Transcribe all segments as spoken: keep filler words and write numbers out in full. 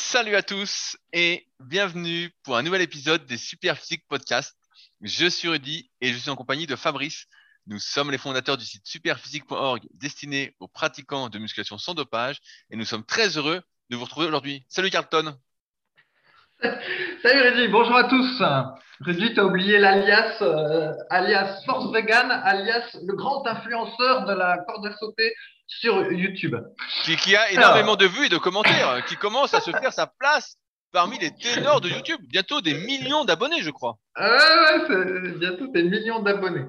Salut à tous et bienvenue pour un nouvel épisode des Superphysique Podcast. Je suis Rudy et je suis en compagnie de Fabrice. Nous sommes les fondateurs du site superphysique point org destiné aux pratiquants de musculation sans dopage et nous sommes très heureux de vous retrouver aujourd'hui. Salut Carlton. Salut Rudy, bonjour à tous. Rudy, t'as oublié l'alias, euh, alias Force Vegan, alias le grand influenceur de la corde à sauter sur YouTube. Qui, qui a énormément Alors, de vues et de commentaires, qui commence à se faire sa place parmi les ténors de YouTube. Bientôt des millions d'abonnés, je crois. euh, ouais, c'est bientôt des millions d'abonnés.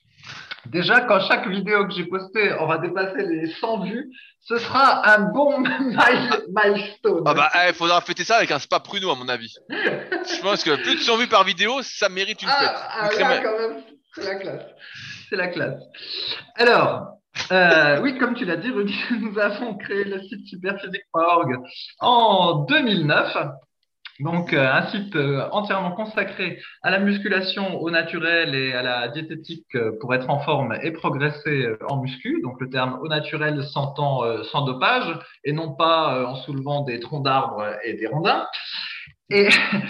Déjà, quand chaque vidéo que j'ai postée aura dépassé les cent vues, ce sera un bon mile- Ah milestone. bah, il faudra fêter ça avec un spa pruneau à mon avis. Je pense que plus de cent vues par vidéo, ça mérite une fête. Ah, Une ah, là, crème. quand même, c'est la classe. C'est la classe. Alors, euh, oui, comme tu l'as dit, Rudy, nous avons créé le site superphysique point org en deux mille neuf. Donc, euh, un site euh, entièrement consacré à la musculation au naturel et à la diététique euh, pour être en forme et progresser euh, en muscu. Donc, le terme au naturel s'entend euh, sans dopage et non pas euh, en soulevant des troncs d'arbres et des rondins. Et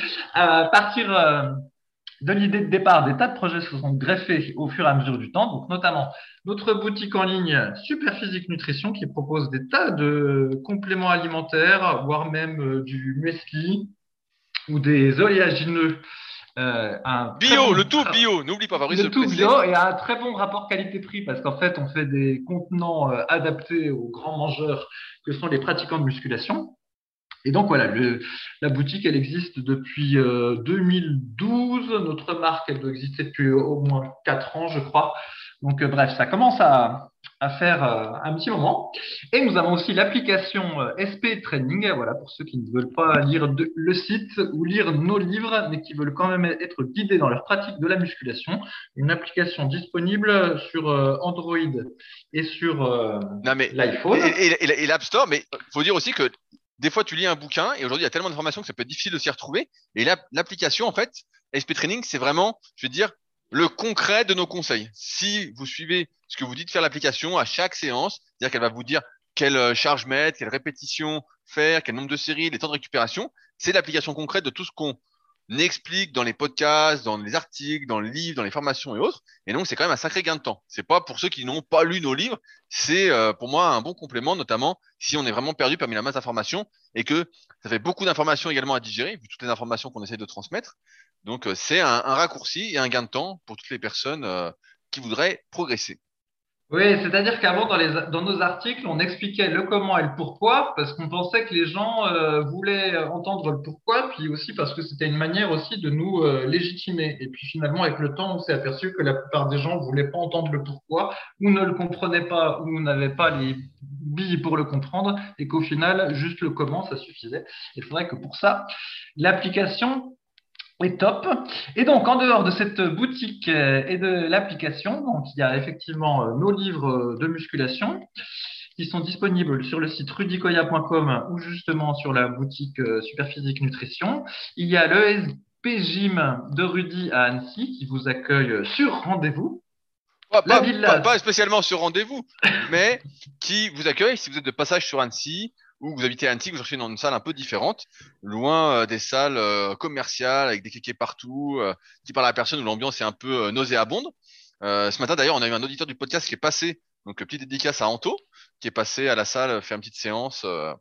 à partir euh, de l'idée de départ, des tas de projets se sont greffés au fur et à mesure du temps, donc notamment notre boutique en ligne Superphysique Nutrition qui propose des tas de compléments alimentaires, voire même euh, du muesli ou des oléagineux, euh, un très Bio, le bon tout bio. N'oublie pas, Fabrice, de le le tout préciser. bio et un très bon rapport qualité-prix parce qu'en fait on fait des contenants euh, adaptés aux grands mangeurs que sont les pratiquants de musculation. Et donc voilà, le, la boutique, elle existe depuis euh, deux mille douze. Notre marque, elle doit exister depuis au moins quatre ans, je crois. Donc euh, bref, ça commence à, à faire euh, un petit moment. Et nous avons aussi l'application euh, S P Training, voilà, pour ceux qui ne veulent pas lire de- le site ou lire nos livres, mais qui veulent quand même être guidés dans leur pratique de la musculation. Une application disponible sur euh, Android et sur euh, Non mais et, l'iPhone. et, et, et l'App Store, mais faut dire aussi que des fois tu lis un bouquin et aujourd'hui il y a tellement d'informations que ça peut être difficile de s'y retrouver. Et l'app- l'application en fait, S P Training, c'est vraiment, je veux dire, le concret de nos conseils. Si vous suivez ce que vous dites faire l'application à chaque séance, c'est-à-dire qu'elle va vous dire quelle euh, charge mettre, quelle répétition faire, quel nombre de séries, les temps de récupération, c'est l'application concrète de tout ce qu'on explique dans les podcasts, dans les articles, dans les livres, dans les formations et autres. Et donc c'est quand même un sacré gain de temps. C'est pas pour ceux qui n'ont pas lu nos livres, c'est euh, pour moi un bon complément, notamment si on est vraiment perdu parmi la masse d'informations et que ça fait beaucoup d'informations également à digérer, vu toutes les informations qu'on essaye de transmettre. Donc euh, c'est un, un raccourci et un gain de temps pour toutes les personnes euh, qui voudraient progresser. Oui, c'est-à-dire qu'avant, dans les, dans nos articles, on expliquait le comment et le pourquoi, parce qu'on pensait que les gens euh, voulaient entendre le pourquoi, puis aussi parce que c'était une manière aussi de nous euh, légitimer. Et puis finalement, avec le temps, on s'est aperçu que la plupart des gens voulaient pas entendre le pourquoi, ou ne le comprenaient pas, ou n'avaient pas les billes pour le comprendre, et qu'au final, juste le comment, ça suffisait. Et c'est vrai que pour ça, l'application est top. Et donc, en dehors de cette boutique euh, et de l'application, donc il y a effectivement euh, nos livres euh, de musculation qui sont disponibles sur le site rudicoya point com ou justement sur la boutique euh, Superphysique Nutrition. Il y a le S P Gym de Rudy à Annecy qui vous accueille sur rendez-vous. Pas, La pas, pas, villa. pas spécialement sur rendez-vous, mais qui vous accueille si vous êtes de passage sur Annecy ou que vous habitez à Annecy, que vous cherchez dans une salle un peu différente, loin euh, des salles euh, commerciales avec des kékés partout, euh, qui parlent à la personne où l'ambiance est un peu euh, nauséabonde. Euh, ce matin d'ailleurs, on a eu un auditeur du podcast qui est passé, donc euh, petite dédicace à Anto, qui est passé à la salle faire une petite séance. euh,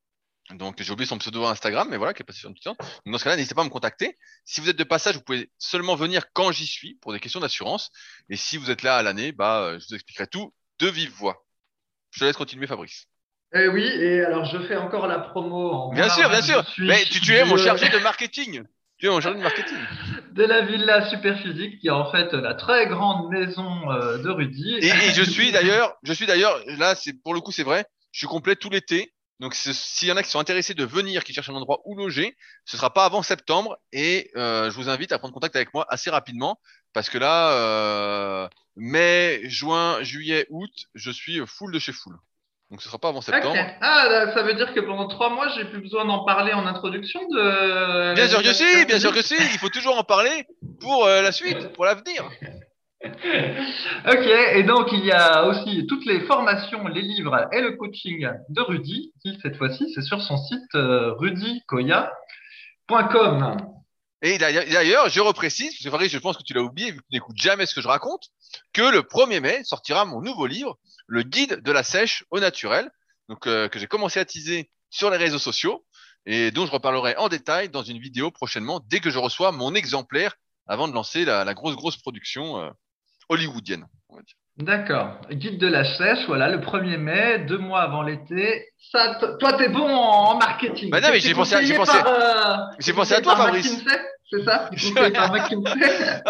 donc, j'ai oublié son pseudo Instagram, mais voilà, qui est passé sur une petite séance. Donc, dans ce cas-là, n'hésitez pas à me contacter. Si vous êtes de passage, vous pouvez seulement venir quand j'y suis pour des questions d'assurance. Et si vous êtes là à l'année, bah, euh, je vous expliquerai tout de vive voix. Je te laisse continuer, Fabrice. Eh oui, et alors je fais encore la promo en mon Bien sûr, argent bien que je sûr. suis Mais tu, tu es mon de, chargé de marketing. Tu es mon chargé de marketing. de la Villa Superphysique, qui est en fait la très grande maison euh, de Rudy. Et, et je suis d'ailleurs, je suis d'ailleurs, là, c'est, pour le coup, c'est vrai, je suis complet tout l'été. Donc, c'est- s'il y en a qui sont intéressés de venir, qui cherchent un endroit où loger, ce sera pas avant septembre. Et euh, je vous invite à prendre contact avec moi assez rapidement. Parce que là, euh, mai, juin, juillet, août, je suis full de chez full. Donc, ce sera pas avant Ok. septembre. Ah, ça veut dire que pendant trois mois, j'ai plus besoin d'en parler en introduction de Bien la sûr que Villa si, bien sûr que Superphysique. si. Il faut toujours en parler pour euh, la suite, pour l'avenir. Ok, et donc il y a aussi toutes les formations, les livres et le coaching de Rudy, qui cette fois-ci c'est sur son site euh, rudy koya point com. Et d'ailleurs, d'ailleurs, je reprécise, parce que Fabrice, je pense que tu l'as oublié, vu que tu n'écoutes jamais ce que je raconte, que le premier mai sortira mon nouveau livre, Le guide de la sèche au naturel, donc euh, que j'ai commencé à teaser sur les réseaux sociaux et dont je reparlerai en détail dans une vidéo prochainement dès que je reçois mon exemplaire avant de lancer la, la grosse grosse production euh, hollywoodienne, on va dire. D'accord. Guide de la sèche, voilà, le premier mai, deux mois avant l'été. Ça, t- toi, t'es bon en en marketing. Bah non, T'es mais t'es j'ai pensé, à, j'ai conseillé pensé, par, euh, j'ai t'es pensé à conseillé toi, par Fabrice. McKinsey, c'est ça? T'es conseillé par McKinsey?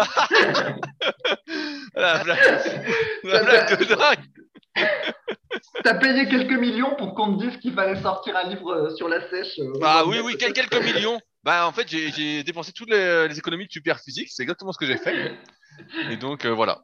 La blague de fou, la T'as, blague t'as- de dingue. t'as payé quelques millions pour qu'on te dise qu'il fallait sortir un livre euh, sur la sèche euh, au Ah mois de oui, mai, oui, quel- peut-être? quelques millions. Bah en fait, j'ai j'ai dépensé toutes les, les économies de Superphysique, c'est exactement ce que j'ai fait. Et donc euh, voilà.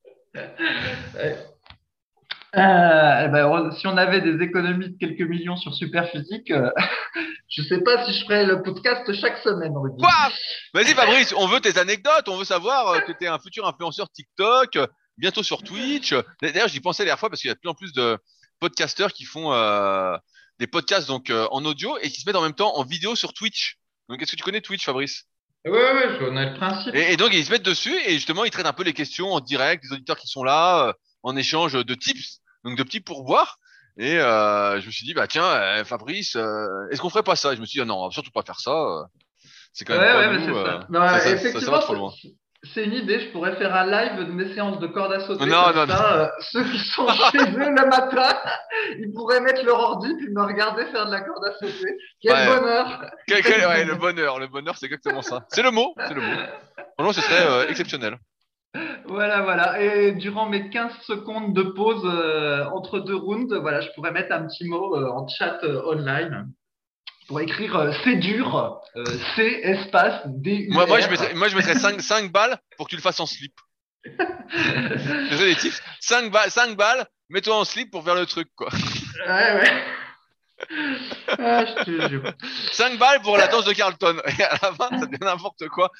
Ouais. Euh, eh ben, on- si on avait des économies de quelques millions sur Superphysique, euh, je sais pas si je ferais le podcast chaque semaine, Rudy. Quoi? Vas-y Fabrice, on veut tes anecdotes, on veut savoir euh, que tu es un futur influenceur TikTok, euh, bientôt sur Twitch. D'ailleurs, j'y pensais la dernière fois parce qu'il y a de plus en plus de podcasteurs qui font euh, des podcasts donc euh, en audio et qui se mettent en même temps en vidéo sur Twitch. Donc est-ce que tu connais Twitch, Fabrice? Ouais, ouais, je connais le principe. Et, et donc ils se mettent dessus et justement ils traitent un peu les questions en direct, les auditeurs qui sont là, euh, en échange de tips, donc de petits pourboires. Et euh, je me suis dit bah tiens euh, Fabrice, euh, est-ce qu'on ferait pas ça? Et je me suis dit ah non, on va surtout pas faire ça. euh, c'est quand Ouais, même pas ouais, mais nous. c'est euh, ça. Non, ça, ouais, ça, ça, ça va effectivement, trop c'est loin. c'est une idée. Je pourrais faire un live de mes séances de corde à sauter, Non comme non non. ça, euh, ceux qui sont chez eux le matin, ils pourraient mettre leur ordi puis me regarder faire de la corde à sauter. Quel Ouais, bonheur! quel- quel- Quel ouais, le bonheur! bonheur, le bonheur, c'est exactement ça. C'est le mot, c'est le mot. Franchement, ce serait euh, exceptionnel. Voilà, voilà. Et durant mes quinze secondes de pause euh, entre deux rounds, voilà, je pourrais mettre un petit mot euh, en chat euh, online pour écrire euh, c'est dur, euh, C espace Moi, moi, je D U R. mettrais, moi, je mettrais cinq cinq balles pour que tu le fasses en slip. Désolé les tips. cinq balles, cinq balles, mets-toi en slip pour faire le truc, quoi. Ouais, ouais. Ah, je te jure. cinq balles pour la danse de Carlton. Et à la fin, ça devient n'importe quoi.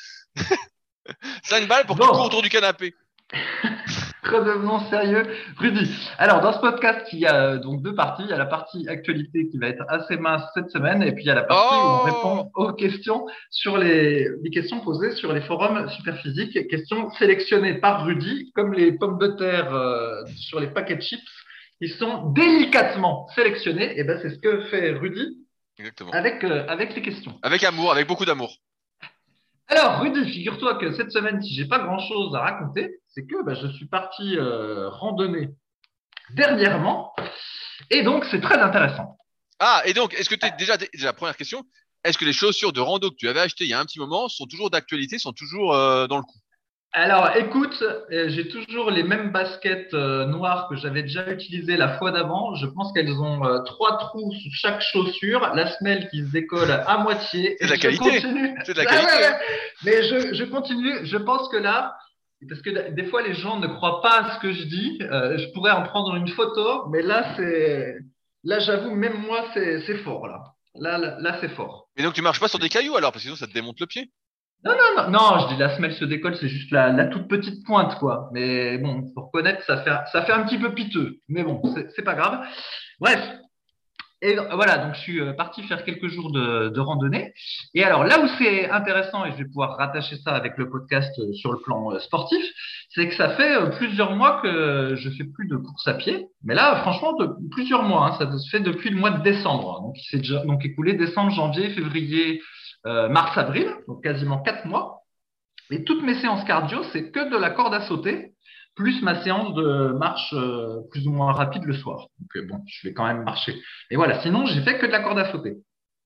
cinq balles pour que tu cours autour Bon, du canapé. redevenons sérieux. Rudy, alors dans ce podcast, il y a euh, donc deux parties. Il y a la partie actualité qui va être assez mince cette semaine, et puis il y a la partie où on Oh! répond aux questions sur les, les questions posées sur les forums Superphysique, questions sélectionnées par Rudy, comme les pommes de terre euh, sur les paquets de chips. Ils sont délicatement sélectionnés, et ben c'est ce que fait Rudy Exactement. avec, euh, avec les questions. Avec amour, avec beaucoup d'amour. Alors, Rudy, figure-toi que cette semaine, si j'ai pas grand-chose à raconter, c'est que bah, je suis parti euh, randonner dernièrement, et donc c'est très intéressant. Ah, et donc, est-ce que tu es déjà, déjà, la première question, est-ce que les chaussures de rando que tu avais achetées il y a un petit moment sont toujours d'actualité, sont toujours euh, dans le coup? Alors, écoute, euh, j'ai toujours les mêmes baskets euh, noires que j'avais déjà utilisées la fois d'avant. Je pense qu'elles ont euh, trois trous sous chaque chaussure, la semelle qui se décolle à moitié, C'est et de la je qualité. continue. C'est de la Ah ouais, qualité, ouais. hein. Mais je, je continue. Je pense que là, parce que d- des fois les gens ne croient pas à ce que je dis, euh, je pourrais en prendre une photo, mais là, c'est, là, j'avoue, même moi, c'est, c'est fort là. Là, là, là, c'est fort. Et donc, tu marches pas sur des cailloux alors, parce que sinon, ça te démonte le pied. Non, non, non, non, je dis la semelle se décolle, c'est juste la, la toute petite pointe, quoi. Mais bon, pour reconnaître, ça fait, ça fait un petit peu piteux. Mais bon, c'est c'est pas grave. Bref. Et voilà, donc je suis euh, parti faire quelques jours de, de randonnée. Et alors là où c'est intéressant, et je vais pouvoir rattacher ça avec le podcast euh, sur le plan euh, sportif, c'est que ça fait euh, plusieurs mois que je fais plus de course à pied. Mais là, franchement, de plusieurs mois, hein, ça se fait depuis le mois de décembre. Donc il s'est déjà donc écoulé décembre, janvier, février, euh, mars, avril, donc quasiment quatre mois. Et toutes mes séances cardio, c'est que de la corde à sauter, plus ma séance de marche euh, plus ou moins rapide le soir. Donc euh, bon, je vais quand même marcher. Et voilà, sinon, j'ai fait que de la corde à sauter.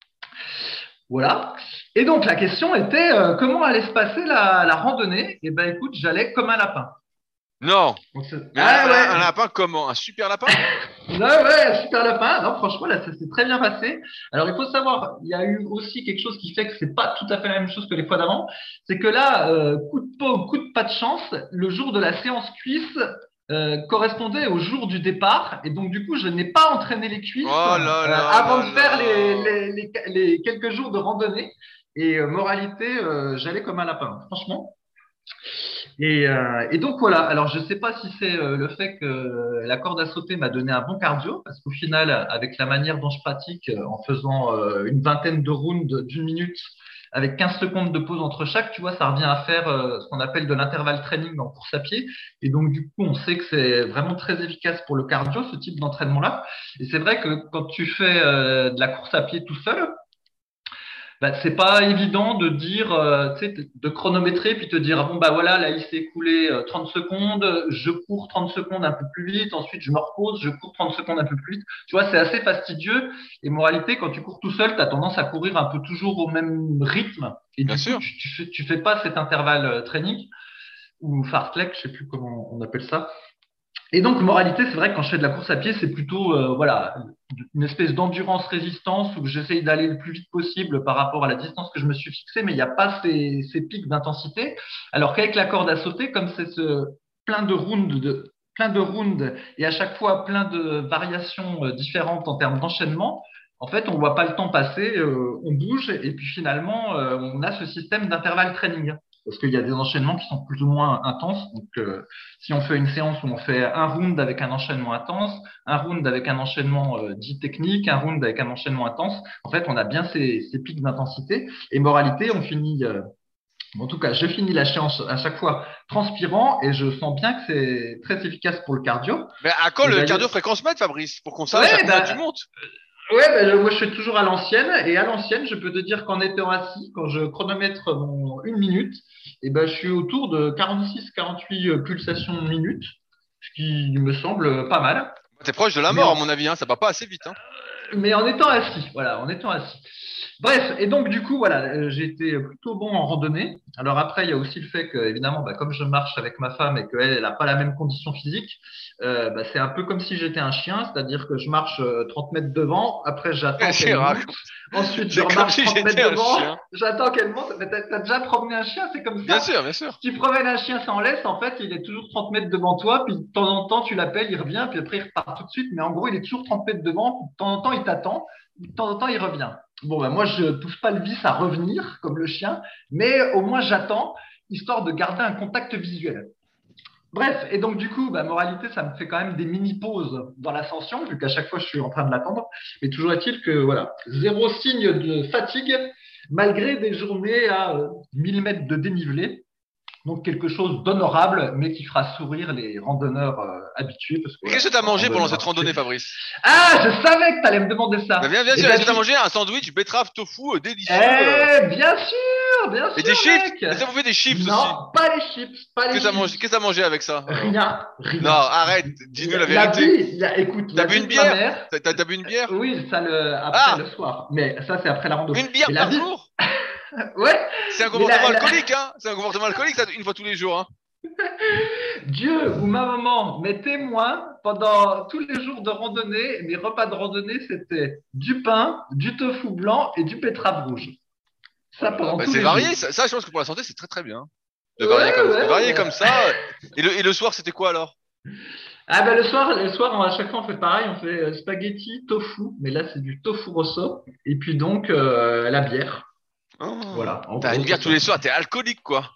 Voilà. Et donc, la question était euh, comment allait se passer la, la randonnée? Eh ben, écoute, j'allais comme un lapin. Non. Donc, c'est- Mais un, ah un- un ouais, lapin comment? Un super lapin? ouais, ouais, super lapin. Non, franchement, là, ça s'est très bien passé. Alors, il faut savoir, il y a eu aussi quelque chose qui fait que c'est pas tout à fait la même chose que les fois d'avant. C'est que là, euh, coup de peau, coup de pas de chance, le jour de la séance cuisse euh, correspondait au jour du départ. Et donc, du coup, je n'ai pas entraîné les cuisses Oh euh, là là avant là de faire les, là. les, les, les quelques jours de randonnée. Et euh, moralité, euh, j'allais comme un lapin, franchement. Et, euh, et donc voilà. Alors je sais pas si c'est euh, le fait que la corde à sauter m'a donné un bon cardio, parce qu'au final, avec la manière dont je pratique, euh, en faisant euh, une vingtaine de rounds d'une minute, avec quinze secondes de pause entre chaque, tu vois, ça revient à faire euh, ce qu'on appelle de l'intervalle training en course à pied. Et donc du coup, on sait que c'est vraiment très efficace pour le cardio, ce type d'entraînement-là. Et c'est vrai que quand tu fais euh, de la course à pied tout seul, bah, c'est pas évident de dire, euh, tu sais, de de chronométrer puis te dire, ah bon, bah voilà, là, il s'est écoulé euh, trente secondes, je cours trente secondes un peu plus vite, ensuite je me repose, je cours trente secondes un peu plus vite. Tu vois, c'est assez fastidieux. Et moralité, quand tu cours tout seul, tu as tendance à courir un peu toujours au même rythme. Et Bien du coup, sûr. tu, tu fais, tu fais pas cet intervalle euh, training ou fartlek, je sais plus comment on appelle ça. Et donc, moralité, c'est vrai que quand je fais de la course à pied, c'est plutôt euh, voilà, une espèce d'endurance-résistance où j'essaye d'aller le plus vite possible par rapport à la distance que je me suis fixée, mais il n'y a pas ces, ces pics d'intensité. Alors qu'avec la corde à sauter, comme c'est ce plein de rounds, de, plein de rounds et à chaque fois plein de variations euh, différentes en termes d'enchaînement, en fait, on voit pas le temps passer, euh, on bouge et puis finalement, euh, on a ce système d'intervalle training. Parce qu'il y a des enchaînements qui sont plus ou moins intenses. Donc, euh, si on fait une séance où on fait un round avec un enchaînement intense, un round avec un enchaînement euh, dit technique, un round avec un enchaînement intense, en fait, on a bien ces, ces pics d'intensité. Et moralité, on finit, euh, en tout cas, je finis la séance à chaque fois transpirant et je sens bien que c'est très efficace pour le cardio. Mais à quand Et le d'ailleurs, cardio fréquence mètre, Fabrice, pour qu'on sache à ouais, combien tu bah, montes? ouais, bah, je- moi je suis toujours à l'ancienne et à l'ancienne, je peux te dire qu'en étant assis, quand je chronomètre mon une minute, et ben, je suis autour de quarante-six quarante-huit euh, pulsations minute, ce qui me semble pas mal. T'es proche de la Mais mort, à en, mon avis, hein. Ça va pas assez vite, hein. mais en étant assis, voilà, en étant assis. Bref, et donc du coup, voilà, euh, j'ai été plutôt bon en randonnée. Alors après, il y a aussi le fait que, évidemment, bah, comme je marche avec ma femme et qu'elle, elle n'a pas la même condition physique, euh, bah, c'est un peu comme si j'étais un chien, c'est-à-dire que je marche euh, trente mètres devant, après j'attends C'est qu'elle rare. monte, ensuite je C'est comme remarche si trente j'étais mètres un devant, chien. j'attends qu'elle monte. Mais T'as, t'as déjà promené un chien, c'est comme Bien ça. sûr, bien sûr. Si tu promènes un chien sans laisse, en fait, il est toujours trente mètres devant toi, puis de temps en temps, tu l'appelles, il revient, puis après, il repart tout de suite, mais en gros, il est toujours trente mètres devant, puis de temps en temps, il t'attend, de temps en temps, il revient. Bon, ben, moi, je pousse pas le vice à revenir, comme le chien, mais au moins, j'attends, histoire de garder un contact visuel. Bref, et donc, du coup, bah, moralité, ça me fait quand même des mini-pauses dans l'ascension, vu qu'à chaque fois, je suis en train de l'attendre. Mais toujours est-il que, voilà, zéro signe de fatigue, malgré des journées à euh, mille mètres de dénivelé. Donc quelque chose d'honorable, mais qui fera sourire les randonneurs euh, habitués, parce que Et voilà, qu'est-ce que t'as un mangé pendant randonneur cette habitué. randonnée, Fabrice? Ah, je savais que tu allais me demander Bah, ça. bien, bien Eh sûr. ben, Est-ce que t'as fi- mangé un sandwich betterave tofu euh, délicieux euh, eh, bien sûr, bien et sûr, des chips? mec. Est-ce que vous fait des chips aussi? Non, pas les chips, pas les Qu'est-ce que t'as mangé? chips. Qu'est-ce que t'as mangé avec ça alors? Rien, Non, rien. arrête. Dis-nous la La, la vérité. vie, la- écoute, T'as la bu vie une de ma bière? mère, T'as t'as- t'as bu une euh, bière? oui, ça le, après le Ah, soir, mais ça c'est après la rando. une bière Mais la par vie, jour? ouais, C'est un mais comportement la, la- alcoolique, hein? C'est un comportement alcoolique, ça, une fois tous les jours, hein? Dieu ou ma maman, mes témoins, pendant tous les jours de randonnée, mes repas de randonnée, c'était du pain, du tofu blanc et du betterave rouge. Oh Ça là là, pendant bah tous c'est les varié. jours. Ça, ça, je pense que pour la santé, c'est très très bien de varier Ouais, comme, de ouais. varier Mais... comme ça. Et le, et le soir, c'était quoi alors? Ah ben le soir, le soir, à chaque fois on fait pareil, on fait euh, spaghetti, tofu, mais là c'est du tofu rosso, et puis donc euh, la bière. Oh, Voilà, en t'as gros une c'est bière tous ça. les soirs, t'es alcoolique quoi.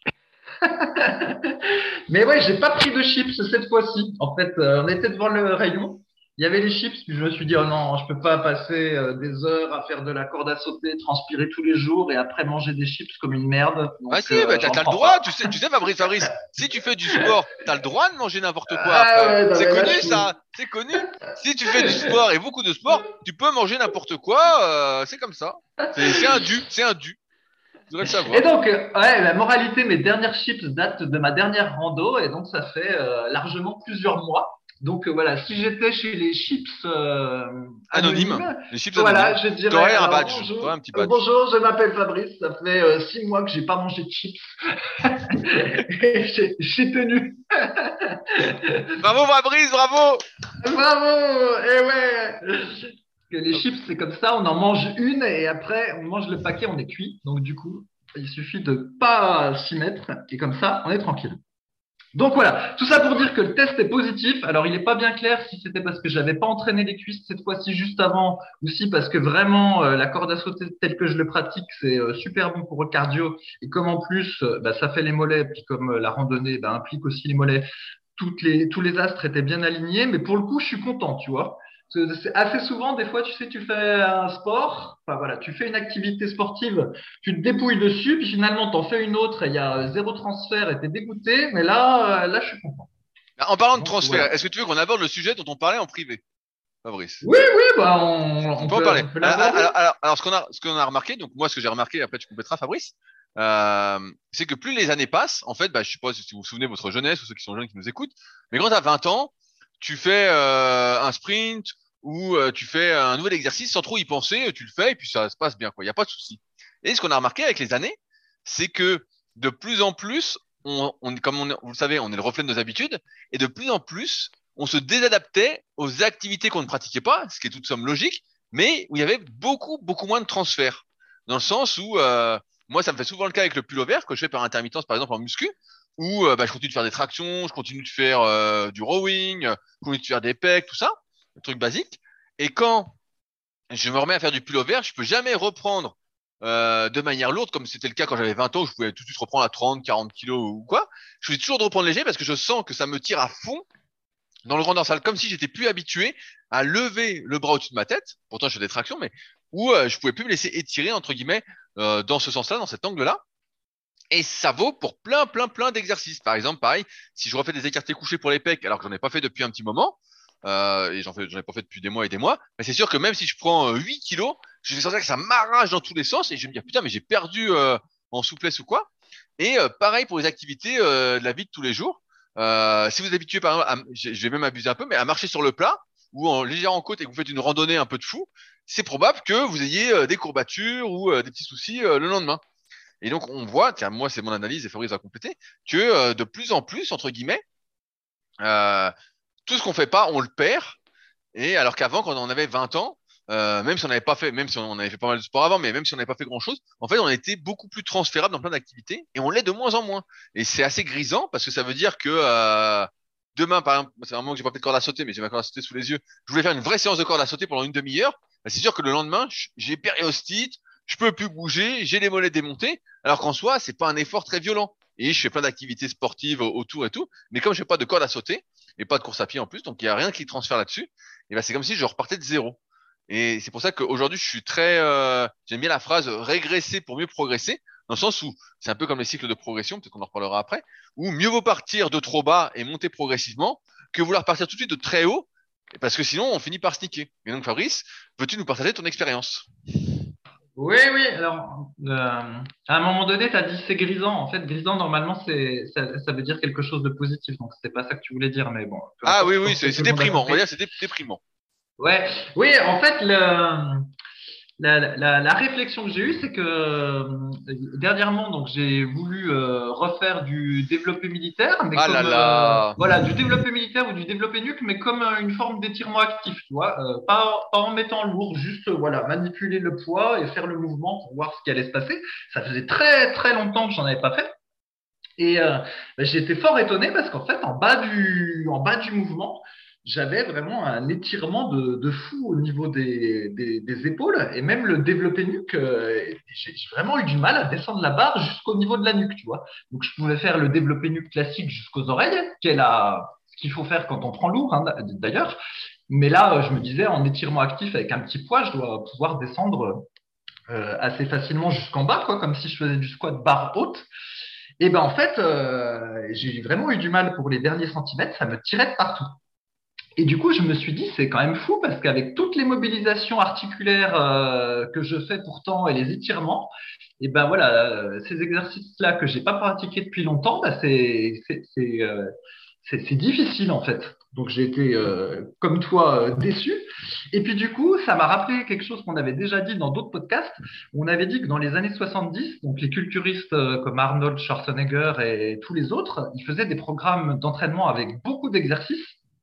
Mais ouais, j'ai pas pris de chips cette fois-ci. En fait, euh, on était devant le rayon. Il y avait les chips, puis je me suis dit, oh non, je peux pas passer euh, des heures à faire de la corde à sauter, transpirer tous les jours et après manger des chips comme une merde. Ah Donc, si, bah, euh, t'as j'en t'as le prends droit, pas. tu sais, tu sais Fabrice, Fabrice, si tu fais du sport, t'as le droit de manger n'importe quoi Ah après. ouais, non, C'est mais là, connu je suis. ça, c'est connu. Si tu fais du sport et beaucoup de sport, tu peux manger n'importe quoi, euh, c'est comme ça. C'est c'est un dû, c'est un dû. Tu devrais le Et savoir. donc, euh, ouais, la moralité, mes dernières chips datent de ma dernière rando, et donc ça fait euh, largement plusieurs mois. Donc euh, voilà, si j'étais chez les chips euh, Anonyme, anonymes, les chips voilà, anonymes. je dirais T'aurais un alors badge, bonjour, t'aurais un petit euh, badge. bonjour, je m'appelle Fabrice, ça fait euh, six mois que j'ai pas mangé de chips. Et j'ai j'ai tenu. Bravo Fabrice, bravo! Bravo! Et ouais! Que les chips, c'est comme ça, on en mange une et après, on mange le paquet, on est cuit. Donc, du coup, il suffit de pas s'y mettre et comme ça, on est tranquille. Donc voilà, tout ça pour dire que le test est positif. Alors il n'est pas bien clair si c'était parce que j'avais pas entraîné les cuisses cette fois-ci juste avant, ou si parce que vraiment euh, la corde à sauter telle que je le pratique, c'est euh, super bon pour le cardio. Et comme en plus euh, bah, ça fait les mollets, puis comme euh, la randonnée bah, implique aussi les mollets, toutes les, tous les astres étaient bien alignés. Mais pour le coup, je suis content, tu vois. C'est c'est assez souvent, des fois, tu sais, tu fais un sport, enfin voilà, tu fais une activité sportive, tu te dépouilles dessus, puis finalement, t'en fais une autre, et il y a zéro transfert, et t'es dégoûté, mais là, euh, là, je suis content. En parlant de Donc transfert, voilà. est-ce que tu veux qu'on aborde le sujet dont on parlait en privé, Fabrice? Oui, oui, bah on, On on peut en peut, parler. on peut Alors, l'aborder. alors, alors, alors, ce qu'on a, ce qu'on a remarqué, donc moi, ce que j'ai remarqué, après tu compléteras, Fabrice, euh, c'est que plus les années passent, en fait, bah, je sais pas si vous vous souvenez de votre jeunesse ou ceux qui sont jeunes qui nous écoutent, mais quand tu as vingt ans, tu fais euh, un sprint ou euh, tu fais un nouvel exercice sans trop y penser, tu le fais et puis ça se passe bien, quoi. Il n'y a pas de souci. Et ce qu'on a remarqué avec les années, c'est que de plus en plus, on, on, comme on, vous le savez, on est le reflet de nos habitudes, et de plus en plus, on se désadaptait aux activités qu'on ne pratiquait pas, ce qui est toute somme logique, mais où il y avait beaucoup, beaucoup moins de transferts. Dans le sens où, euh, moi, ça me fait souvent le cas avec le pullover que je fais par intermittence, par exemple en muscu, où euh, bah, je continue de faire des tractions, je continue de faire euh, du rowing, je continue de faire des pecs, tout ça, le truc basique. Et quand je me remets à faire du pullover, je peux jamais reprendre euh, de manière lourde, comme c'était le cas quand j'avais vingt ans, où je pouvais tout de suite reprendre à trente, quarante kilos ou quoi. Je suis toujours de reprendre léger parce que je sens que ça me tire à fond dans le grand salle, comme si j'étais plus habitué à lever le bras au-dessus de ma tête. Pourtant, je fais des tractions, mais où euh, je pouvais plus me laisser étirer entre guillemets euh, dans ce sens-là, dans cet angle-là. Et ça vaut pour plein, plein, plein d'exercices. Par exemple, pareil, si je refais des écartés couchés pour les pecs, alors que j'en ai pas fait depuis un petit moment, euh, et j'en fais, j'en ai pas fait depuis des mois et des mois, mais c'est sûr que même si je prends euh, huit kilos, je vais sentir que ça m'arrache dans tous les sens et je vais me dire putain, mais j'ai perdu euh, en souplesse ou quoi. Et euh, pareil pour les activités euh, de la vie de tous les jours. Euh, si vous êtes habitué, par exemple, à- je je vais même abuser un peu, mais à marcher sur le plat ou en légère en côte et que vous faites une randonnée un peu de fou, c'est probable que vous ayez euh, des courbatures ou euh, des petits soucis euh, le lendemain. Et donc, on voit, tiens, moi, c'est mon analyse et Fabrice va compléter, que euh, de plus en plus, entre guillemets, euh, tout ce qu'on fait pas, on le perd. Et alors qu'avant, quand on avait vingt ans, euh, même si on n'avait pas fait, même si on avait fait pas mal de sport avant, mais même si on n'avait pas fait grand-chose, en fait, on était beaucoup plus transférable dans plein d'activités et on l'est de moins en moins. Et c'est assez grisant parce que ça veut dire que euh, demain, par exemple, c'est un moment que j'ai pas fait de corde à sauter, mais j'ai ma corde à sauter sous les yeux. Je voulais faire une vraie séance de corde à sauter pendant une demi-heure. Bah, c'est sûr que le lendemain, j- j'ai périostite, je peux plus bouger, j'ai les mollets démontés, alors qu'en soi, c'est pas un effort très violent. Et je fais plein d'activités sportives autour et tout, mais comme je fais pas de corde à sauter et pas de course à pied en plus, donc il y a rien qui transfère là-dessus et ben c'est comme si je repartais de zéro. Et c'est pour ça qu'aujourd'hui, je suis très, euh, j'aime bien la phrase régresser pour mieux progresser, dans le sens où c'est un peu comme les cycles de progression, peut-être qu'on en reparlera après, où mieux vaut partir de trop bas et monter progressivement que vouloir partir tout de suite de très haut, parce que sinon on finit par se niquer. Et donc Fabrice, veux-tu nous partager ton expérience? Oui, oui. Alors, euh, à un moment donné, tu as dit c'est grisant. En fait, grisant, normalement, c'est, ça, ça veut dire quelque chose de positif. Donc, c'était pas ça que tu voulais dire, mais bon, peu Ah oui, importe. Je oui, pense que c'est tout c'est le monde a déprimant. On va compris. dire que c'est dé- déprimant. Ouais, oui, en fait, le, la, la, la réflexion que j'ai eue, c'est que euh, dernièrement, donc j'ai voulu euh, refaire du développé militaire, mais Ah là comme euh, là. voilà, du développé militaire ou du développé nuque, mais comme euh, une forme d'étirement actif, tu vois, euh, pas, pas en mettant lourd, juste euh, voilà, manipuler le poids et faire le mouvement pour voir ce qui allait se passer. Ça faisait très très longtemps que j'en avais pas fait. Et euh, ben, j'ai été fort étonné parce qu'en fait, en bas du, en bas du mouvement, j'avais vraiment un étirement de, de fou au niveau des, des, des épaules et même le développé nuque. euh, j'ai j'ai vraiment eu du mal à descendre la barre jusqu'au niveau de la nuque, tu vois. Donc, je pouvais faire le développé nuque classique jusqu'aux oreilles, qui est la, ce qu'il faut faire quand on prend lourd, hein, d'ailleurs. Mais là, euh, je me disais, en étirement actif avec un petit poids, je dois pouvoir descendre euh, assez facilement jusqu'en bas, quoi, comme si je faisais du squat barre haute. Et ben en fait, euh, j'ai vraiment eu du mal pour les derniers centimètres, ça me tirait de partout. Et du coup, je me suis dit, c'est quand même fou parce qu'avec toutes les mobilisations articulaires euh, que je fais pourtant et les étirements, et ben voilà, euh, ces exercices-là que j'ai pas pratiqués depuis longtemps, bah c'est c'est c'est euh, c'est c'est difficile en fait. Donc j'ai été euh, comme toi euh, déçu. Et puis du coup, ça m'a rappelé quelque chose qu'on avait déjà dit dans d'autres podcasts. On avait dit que dans les années soixante-dix, donc les culturistes euh, comme Arnold Schwarzenegger et tous les autres, ils faisaient des programmes d'entraînement avec beaucoup d'exercices.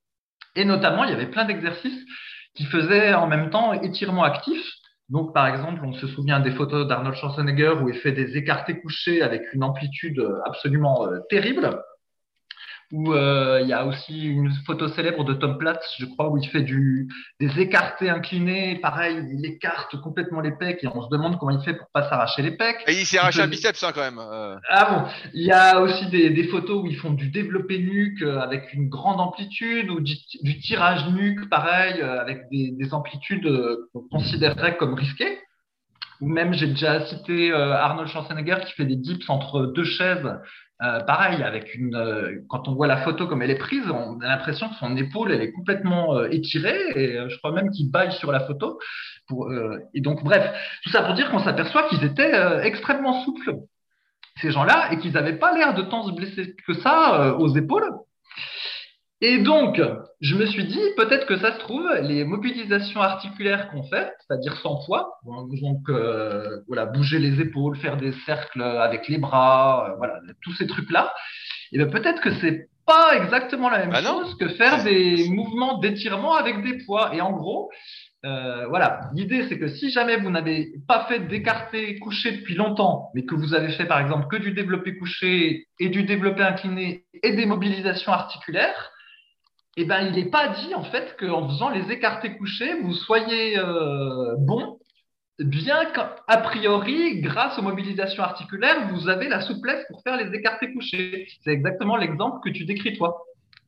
Et notamment, il y avait plein d'exercices qui faisaient en même temps étirement actif. Donc, par exemple, on se souvient des photos d'Arnold Schwarzenegger où il fait des écartés couchés avec une amplitude absolument euh, terrible. Où euh, il y a aussi une photo célèbre de Tom Platz, je crois, où il fait du, des écartés inclinés. Pareil, il écarte complètement les pecs et on se demande comment il fait pour pas s'arracher les pecs. Et il s'est Il arraché un faisait, biceps, hein, quand même. Euh, ah bon, il y a aussi des, des photos où ils font du développé nuque euh, avec une grande amplitude ou du, du tirage nuque, pareil, euh, avec des, des amplitudes euh, qu'on considérerait comme risquées. Ou même, j'ai déjà cité euh, Arnold Schwarzenegger qui fait des dips entre deux chaises. Euh, pareil, avec une, euh, quand on voit la photo comme elle est prise, on a l'impression que son épaule elle est complètement euh, étirée et euh, je crois même qu'il baille sur la photo. Pour, euh, et donc, bref, tout ça pour dire qu'on s'aperçoit qu'ils étaient euh, extrêmement souples ces gens-là et qu'ils n'avaient pas l'air de tant se blesser que ça euh, aux épaules. Et donc, je me suis dit, peut-être que ça se trouve, les mobilisations articulaires qu'on fait, c'est-à-dire sans poids, donc euh, voilà, bouger les épaules, faire des cercles avec les bras, euh, voilà, tous ces trucs-là, et bien peut-être que c'est pas exactement la même Bah non. chose que faire C'est, des mouvements d'étirement avec des poids. Et en gros, euh, voilà, l'idée c'est que si jamais vous n'avez pas fait d'écarté couché depuis longtemps, mais que vous avez fait par exemple que du développé couché et du développé incliné et des mobilisations articulaires, eh ben, il n'est pas dit en fait qu'en faisant les écartés couchés, vous soyez euh, bon, bien qu'a priori, grâce aux mobilisations articulaires, vous avez la souplesse pour faire les écartés couchés. C'est exactement l'exemple que tu décris toi.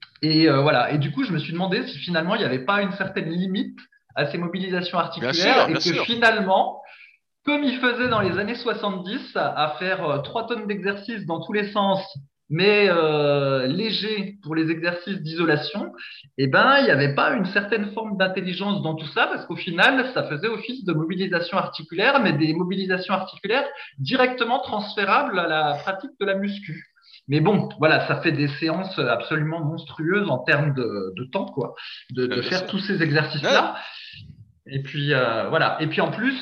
Et euh, voilà. Et du coup, je me suis demandé si finalement il n'y avait pas une certaine limite à ces mobilisations bien articulaires sûr, bien et que sûr. finalement, comme il faisait dans les années soixante-dix, à, à faire euh, trois tonnes d'exercices dans tous les sens, mais euh, léger pour les exercices d'isolation, eh ben, il n'y avait pas une certaine forme d'intelligence dans tout ça, parce qu'au final, ça faisait office de mobilisation articulaire, mais des mobilisations articulaires directement transférables à la pratique de la muscu. Mais bon, voilà, ça fait des séances absolument monstrueuses en termes de, de temps, quoi, de, Bah, de bien faire sûr. tous ces Ouais. exercices-là. Et puis, euh, voilà. Et puis en plus,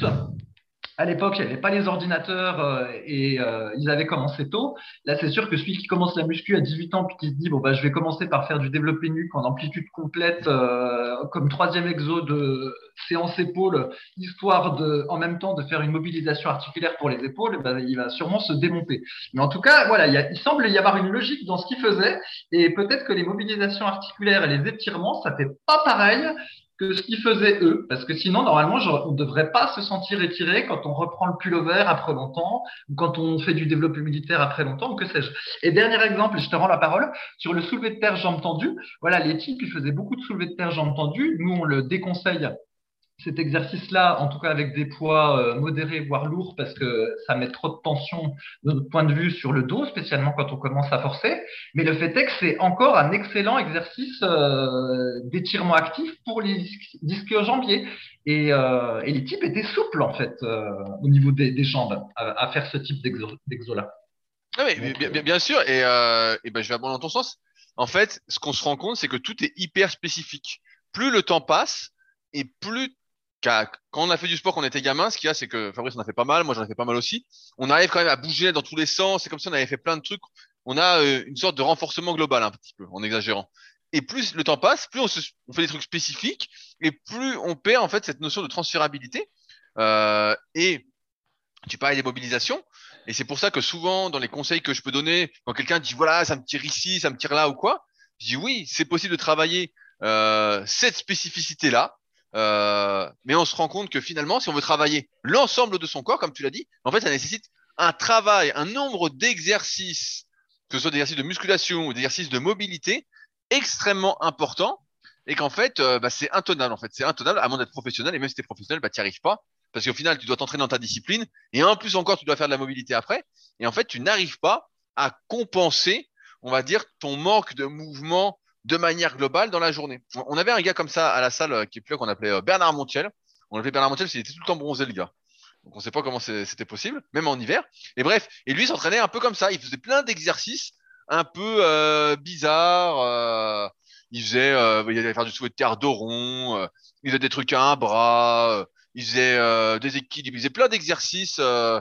à l'époque, il n'y avait pas les ordinateurs euh, et euh, ils avaient commencé tôt. Là, c'est sûr que celui qui commence la muscu à dix-huit ans puis qui se dit bon bah je vais commencer par faire du développé nuque en amplitude complète euh, comme troisième exo de séance épaules, histoire de en même temps de faire une mobilisation articulaire pour les épaules, bah, il va sûrement se démonter. Mais en tout cas, voilà, il, y a, il semble y avoir une logique dans ce qu'il faisait et peut-être que les mobilisations articulaires et les étirements, ça fait pas pareil que ce qu'ils faisaient eux. Parce que sinon, normalement, genre, on ne devrait pas se sentir étiré quand on reprend le pullover après longtemps, ou quand on fait du développé militaire après longtemps, ou que sais-je. Et dernier exemple, je te rends la parole, sur le soulevé de terre jambes tendues. Voilà, les types, ils faisaient beaucoup de soulevé de terre jambes tendues. Nous, on le déconseille cet exercice-là, en tout cas avec des poids euh, modérés, voire lourds, parce que ça met trop de tension de notre point de vue sur le dos, spécialement quand on commence à forcer. Mais le fait est que c'est encore un excellent exercice euh, d'étirement actif pour les ischio-jambiers. Et, euh, et les types étaient souples, en fait, euh, au niveau des, des jambes, à, à faire ce type d'exo- d'exo-là. Non, mais Donc, bien, euh, bien, bien sûr. Et, euh, et ben, je vais abonder dans ton sens. En fait, ce qu'on se rend compte, c'est que tout est hyper spécifique. Plus le temps passe et plus qu'à- quand on a fait du sport quand on était gamin, ce qu'il y a, c'est que Fabrice en a fait pas mal, moi j'en ai fait pas mal aussi. On arrive quand même à bouger dans tous les sens. C'est comme si on avait fait plein de trucs. On a euh, une sorte de renforcement global, un petit peu, en exagérant. Et plus le temps passe, plus on, se, on fait des trucs spécifiques et plus on perd en fait cette notion de transférabilité. Euh, et tu parlais des mobilisations, et c'est pour ça que souvent, dans les conseils que je peux donner, quand quelqu'un dit voilà, ça me tire ici, ça me tire là ou quoi, je dis oui, c'est possible de travailler euh, cette spécificité-là, euh, mais on se rend compte que finalement, si on veut travailler l'ensemble de son corps, comme tu l'as dit, en fait, ça nécessite un travail, un nombre d'exercices, que ce soit des exercices de musculation ou des exercices de mobilité, extrêmement important, et qu'en fait, euh, bah, c'est intenable, en fait, c'est intenable, à moins d'être professionnel, et même si t'es professionnel, bah, t'y arrives pas, parce qu'au final, tu dois t'entraîner dans ta discipline, et en plus encore, tu dois faire de la mobilité après. Et en fait, tu n'arrives pas à compenser, on va dire, ton manque de mouvement de manière globale dans la journée. On avait un gars comme ça à la salle euh, qui est plus là, qu'on appelait euh, Bernard Montiel. On l'appelait Bernard Montiel parce qu'il était tout le temps bronzé, le gars. Donc on ne sait pas comment c'était possible, même en hiver. Et bref, et lui s'entraînait un peu comme ça. Il faisait plein d'exercices un peu euh, bizarres. Euh, il faisait, euh, il allait faire du souhait de terre d'oron. Euh, il faisait des trucs à un bras. Euh, il faisait euh, des équilibres. Il faisait plein d'exercices. Euh,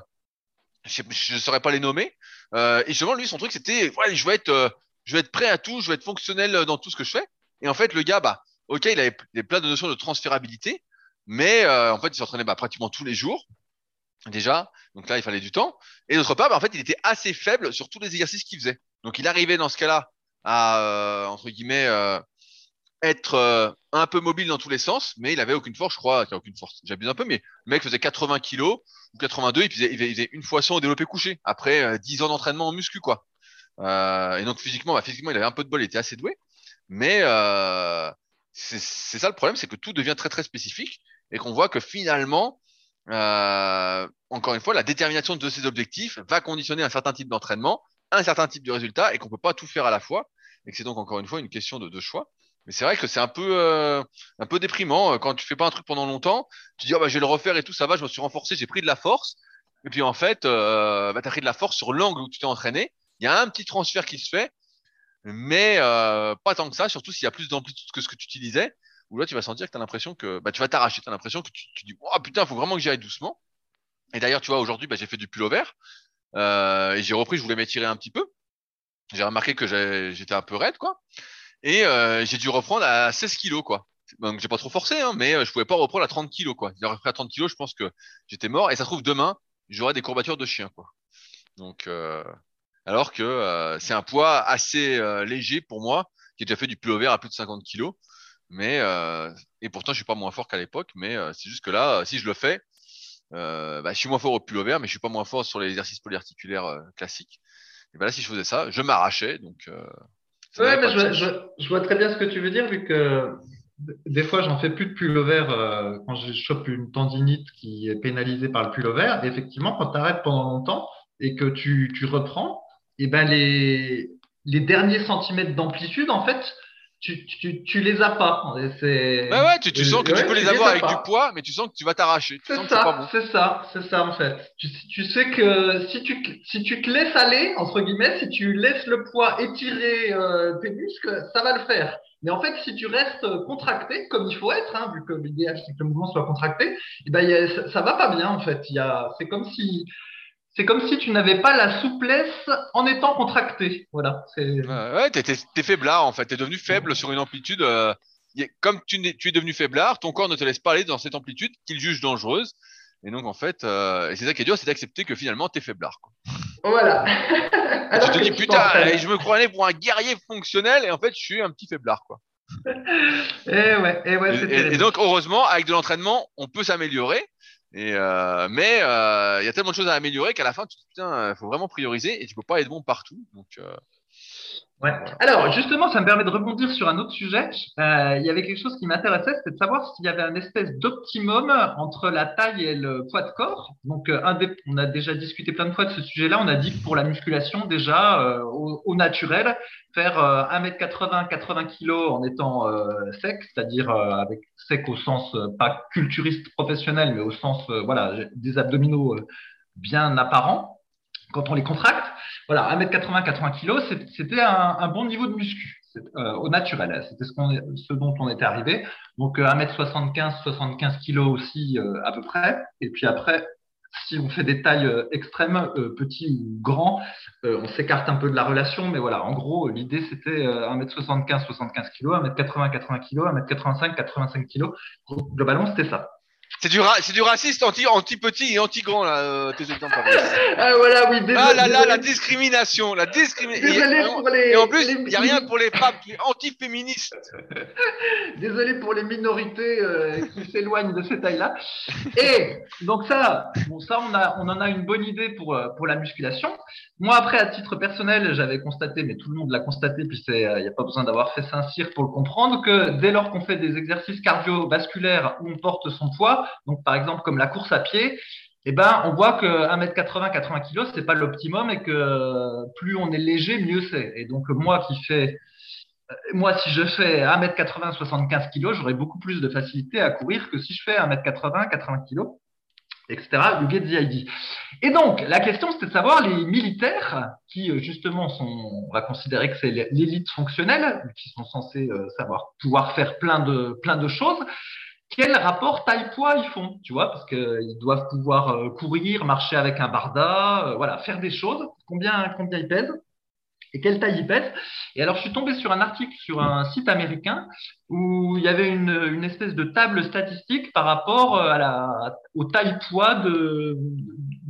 je ne saurais pas les nommer. Euh, et justement, lui, son truc, c'était, ouais, je veux être, euh, je veux être prêt à tout, je veux être fonctionnel dans tout ce que je fais. Et en fait, le gars, bah, ok, il avait des plein de notions de transférabilité, mais euh, en fait, il s'entraînait bah, pratiquement tous les jours déjà. Donc là, il fallait du temps. Et d'autre part, bah, en fait, il était assez faible sur tous les exercices qu'il faisait. Donc il arrivait dans ce cas-là à, euh, entre guillemets, euh, être euh, un peu mobile dans tous les sens, mais il avait aucune force, je crois, qu'il a aucune force. J'abuse un peu, mais le mec faisait quatre-vingts kilos ou quatre-vingt-deux, et puis il faisait, il faisait- il faisait une fois cent au développé couché, après euh, dix ans d'entraînement en muscu, quoi. Euh, et donc physiquement, bah, physiquement, il avait un peu de bol, il était assez doué, mais euh, c'est c'est ça le problème, c'est que tout devient très très spécifique et qu'on voit que finalement, euh, encore une fois, la détermination de ces objectifs va conditionner un certain type d'entraînement, un certain type de résultat, et qu'on peut pas tout faire à la fois, et que c'est donc encore une fois une question de, de choix. Mais c'est vrai que c'est un peu euh, un peu déprimant euh, quand tu fais pas un truc pendant longtemps. Tu dis oh, bah je vais le refaire et tout, ça va, je me suis renforcé, j'ai pris de la force. Et puis en fait, euh, bah, tu as pris de la force sur l'angle où tu t'es entraîné. Il y a un petit transfert qui se fait, mais euh, pas tant que ça, surtout s'il y a plus d'amplitude que ce que tu utilisais. Où là tu vas sentir que tu as l'impression que bah, tu vas t'arracher, tu as l'impression que tu, tu dis oh putain, il faut vraiment que j'y aille doucement. Et d'ailleurs, tu vois, aujourd'hui, bah, j'ai fait du pullover euh, et j'ai repris, je voulais m'étirer un petit peu. J'ai remarqué que j'ai- j'étais un peu raide, quoi. Et euh, j'ai dû reprendre à seize kilos, quoi. Donc j'ai pas trop forcé, hein, mais euh, je pouvais pas reprendre à trente kilos, quoi. J'ai repris à trente kilos, je pense que j'étais mort. Et ça se trouve, demain, j'aurai des courbatures de chien, quoi. Donc, euh, alors que euh, c'est un poids assez euh, léger pour moi, qui ai déjà fait du pullover à plus de cinquante kilos. Mais euh, et pourtant, je suis pas moins fort qu'à l'époque. Mais euh, c'est juste que là, si je le fais, euh, bah, je suis moins fort au pullover, mais je suis pas moins fort sur les exercices polyarticulaires euh, classiques. Et bah là, si je faisais ça, je m'arrachais, donc euh, ça n'avait Ouais, mais pas je, de vois- je, sens. vois- je vois très bien ce que tu veux dire, vu que des fois, j'en fais plus de pullover euh, quand je chope une tendinite qui est pénalisée par le pullover. Et effectivement, quand tu arrêtes pendant longtemps et que tu, tu reprends, et ben les, les derniers centimètres d'amplitude, en fait, tu, tu, tu les as pas. Et Ouais, c'est, ouais, tu, tu sens que euh, tu ouais, peux tu les les avoir as avec du pas. poids, mais tu sens que tu vas t'arracher. Tu C'est sens que c'est pas ça, bon. c'est ça, c'est ça en fait. Tu, tu sais que si tu, si tu te laisses aller, entre guillemets, si tu laisses le poids étirer euh, tes muscles, ça va le faire. Mais en fait, si tu restes contracté, comme il faut être, hein, vu que l'idéal c'est que le mouvement soit contracté, eh ben, il y a- ça, ça va pas bien en fait. Il y a, c'est comme si, c'est comme si tu n'avais pas la souplesse en étant contracté. Voilà. C'est, Ouais, ouais, t'es, t'es, t'es faiblard en fait. T'es devenu faible sur une amplitude. Euh, y a- comme tu, n'es- tu es devenu faiblard, ton corps ne te laisse pas aller dans cette amplitude qu'il juge dangereuse. Et donc en fait, euh, et c'est ça qui est dur, c'est d'accepter que finalement t'es faiblard, quoi. voilà. Et tu Alors te que dis tu putain, t'entraînes. je me croyais pour un guerrier fonctionnel et en fait je suis un petit faiblard, quoi. Eh ouais, eh ouais, Et, c'est et- et terrible. donc heureusement, avec de l'entraînement, on peut s'améliorer. Et euh, mais euh, il y a tellement de choses à améliorer qu'à la fin tu te dis putain, il faut vraiment prioriser et tu peux pas être bon partout. Donc, euh, Ouais. donc voilà. Alors, justement, ça me permet de rebondir sur un autre sujet. Euh, il y avait quelque chose qui m'intéressait, c'était de savoir s'il y avait un espèce d'optimum entre la taille et le poids de corps. Donc, euh, un des- on a déjà discuté plein de fois de ce sujet-là. On a dit que pour la musculation, déjà, euh, au, au naturel, faire euh, un mètre quatre-vingts, quatre-vingts kilos en étant euh, sec, c'est-à-dire euh, avec sec au sens euh, pas culturiste professionnel, mais au sens euh, voilà des abdominaux euh, bien apparents quand on les contracte. Voilà, un mètre quatre-vingts, quatre-vingts kilos, c'était un, un, bon niveau de muscu euh, au naturel. C'était ce, qu'on, ce dont on était arrivé. Donc euh, un mètre soixante-quinze, soixante-quinze kilos aussi euh, à peu près. Et puis après, si on fait des tailles euh, extrêmes, euh, petits ou grands, euh, on s'écarte un peu de la relation. Mais voilà, en gros, l'idée c'était euh, un mètre soixante-quinze, soixante-quinze kilos, un mètre quatre-vingts, quatre-vingts kilos, un mètre quatre-vingt-cinq, quatre-vingt-cinq kilos. Globalement, c'était ça. C'est du, ra- c'est du raciste anti, anti-petit et anti-grand, là, euh, tes exemples, Fabrice. Ah voilà, oui, Ah désolé, là là, la désolé, discrimination, la discrimination. Et, désolé pour et en les, plus, il les, n'y a rien les pour les femmes, tu es anti-féministe. Désolé pour les minorités euh, qui s'éloignent de ces tailles-là. Et donc ça, bon ça on a, on en a une bonne idée pour euh, pour la musculation. Moi après à titre personnel, j'avais constaté, mais tout le monde l'a constaté, puis c'est, il euh, n'y a pas besoin d'avoir fait Saint-Cyr pour le comprendre, que dès lors qu'on fait des exercices cardiovasculaires où on porte son poids, donc par exemple comme la course à pied, eh ben, on voit que un mètre quatre-vingts, quatre-vingts kilos, c'est pas l'optimum et que plus on est léger, mieux c'est. Et donc, moi qui fais moi, si je fais un mètre quatre-vingts, soixante-quinze kilos, j'aurai beaucoup plus de facilité à courir que si je fais un mètre quatre-vingts, quatre-vingts kilos, et cetera. You get the idea. Et donc, la question, c'était de savoir les militaires qui, euh, justement, sont, on va considérer que c'est l'élite fonctionnelle, qui sont censés euh, savoir pouvoir faire plein de, plein de choses. Quel rapport taille-poids ils font, tu vois, parce qu'ils doivent pouvoir euh, courir, marcher avec un barda, euh, voilà, faire des choses. Combien, combien ils pèsent? Et quelle taille il pèse. Et alors, je suis tombé sur un article sur un site américain où il y avait une, une espèce de table statistique par rapport euh, à la, au taille-poids de,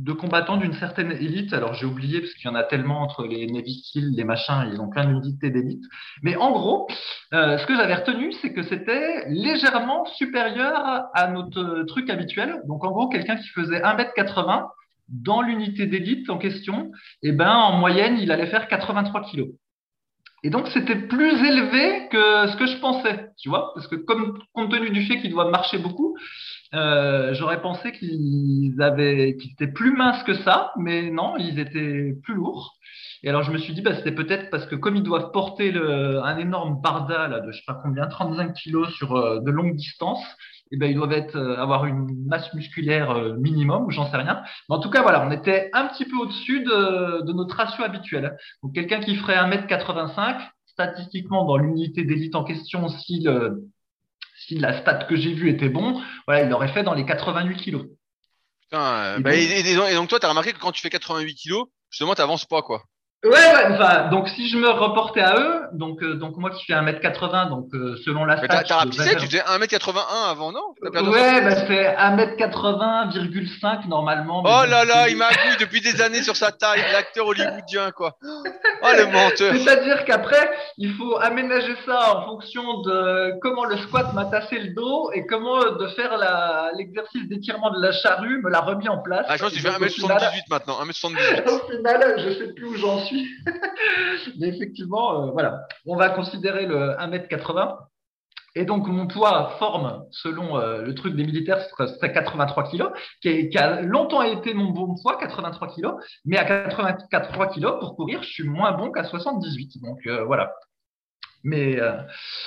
de combattants d'une certaine élite. Alors, j'ai oublié parce qu'il y en a tellement entre les Navy Seals, les machins, ils ont plein d'unités d'élite. Mais en gros, euh, ce que j'avais retenu, c'est que c'était légèrement supérieur à notre truc habituel. Donc, en gros, quelqu'un qui faisait un mètre quatre-vingts dans l'unité d'élite en question, eh ben, en moyenne, il allait faire quatre-vingt-trois kilos. Et donc, c'était plus élevé que ce que je pensais, tu vois, parce que comme compte tenu du fait qu'ils doivent marcher beaucoup, euh, j'aurais pensé qu'ils avaient, qu'ils étaient plus minces que ça, mais non, ils étaient plus lourds. Et alors, je me suis dit, bah, c'était peut-être parce que comme ils doivent porter le, un énorme barda là, de je sais pas combien, trente-cinq kilos sur euh, de longues distances, et ben, ils doivent être, euh, avoir une masse musculaire euh, minimum, ou j'en sais rien. Mais en tout cas, voilà, on était un petit peu au-dessus de, de notre ratio habituel. Donc, quelqu'un qui ferait un mètre quatre-vingt-cinq, statistiquement, dans l'unité d'élite en question, si, le, si la stat que j'ai vue était bon, voilà, il l'aurait fait dans les quatre-vingt-huit kilos. Putain, euh, Et bah, et, donc, et- et donc et donc, toi, t'as remarqué que quand tu fais quatre-vingt-huit kilos, justement, t'avances pas, quoi. ouais, ouais, enfin, donc si je me reportais à eux, donc, euh, donc moi qui fais un mètre quatre-vingts, donc euh, selon la Mais stat, t'as t'as je devrais rapetissé, tu faire. faisais un mètre quatre-vingt-un avant, non? T'as perdu en Ouais, soixante-dix? bah c'est un mètre quatre-vingts virgule cinq normalement, mais Oh bon, là c'est là, il magouille depuis des années sur sa taille, l'acteur hollywoodien, quoi. Oh, le menteur. c'est-à-dire qu'après, il faut aménager ça en fonction de comment le squat m'a tassé le dos et comment de faire la, l'exercice d'étirement de la charrue me l'a remis en place. Ah, je pense que Et tu fais donc au final, un mètre soixante-dix-huit maintenant, un mètre soixante-dix-huit. au final, je sais plus où j'en suis. Mais effectivement, euh, voilà, on va considérer le un mètre quatre-vingts. Et donc, mon poids forme, selon euh, le truc des militaires, ce serait, serait quatre-vingt-trois kilos, qui, est- qui a longtemps été mon bon poids, quatre-vingt-trois kilos. Mais à quatre-vingt-trois kilos, pour courir, je suis moins bon qu'à soixante-dix-huit. Donc, euh, voilà. Mais euh,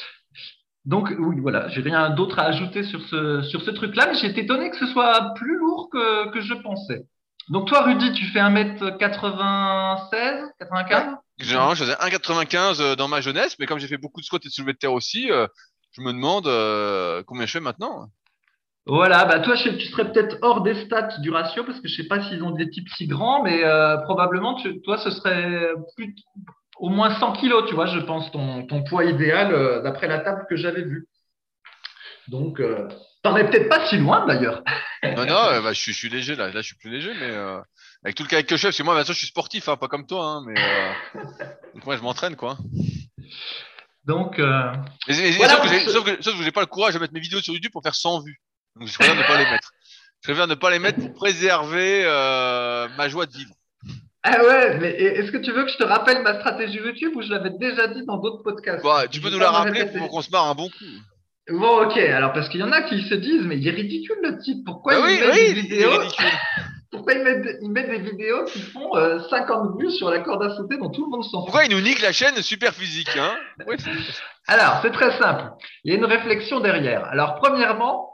donc, oui, voilà, j'ai rien d'autre à ajouter sur ce, sur ce truc-là, mais j'ai été étonné que ce soit plus lourd que, que je pensais. Donc, toi, Rudy, tu fais un mètre quatre-vingt-seize, Ouais. quatre-vingt-quinze? Généralement, je faisais un mètre quatre-vingt-quinze euh, dans ma jeunesse, mais comme j'ai fait beaucoup de squats et de soulevés de terre aussi, euh, je me demande euh, combien je fais maintenant. Voilà, bah toi, je- tu serais peut-être hors des stats du ratio parce que je sais pas s'ils ont des types si grands, mais euh, probablement, tu- toi, ce serait plus, au moins cent kilos, tu vois, je pense, ton, ton poids idéal euh, d'après la table que j'avais vue. Donc, euh, t'en es peut-être pas si loin d'ailleurs. Non, non, euh, bah, je suis, je suis léger là. Là, je suis plus léger, mais euh, avec tout le cas que je fais, parce que moi, maintenant, je suis sportif, hein, pas comme toi, hein, mais euh, donc moi, je m'entraîne, quoi. Donc, euh, Mais, mais- mais voilà sauf que pour j'ai, ce. sauf que, sauf que j'ai pas le courage de mettre mes vidéos sur YouTube pour faire cent vues. Donc, je préfère ne pas les mettre. Je préfère ne pas les mettre pour préserver euh, ma joie de vivre. Ah ouais, mais est-ce que tu veux que je te rappelle ma stratégie YouTube ou je l'avais déjà dit dans d'autres podcasts? Bon, tu Je peux vais nous pas la me rappeler pour, pour répéter. qu'on se marre un bon coup. Bon, ok, alors parce qu'il y en a qui se disent, mais il est ridicule le type, pourquoi Bah il oui, met des oui, il est vidéos ridicule. Pourquoi ils mettent, ils mettent des vidéos qui font euh, cinquante vues sur la corde à sauter dont tout le monde s'en fout? Pourquoi il nous nique la chaîne super physique, hein? Pourquoi il fait ça? Alors, c'est très simple. Il y a une réflexion derrière. Alors, premièrement,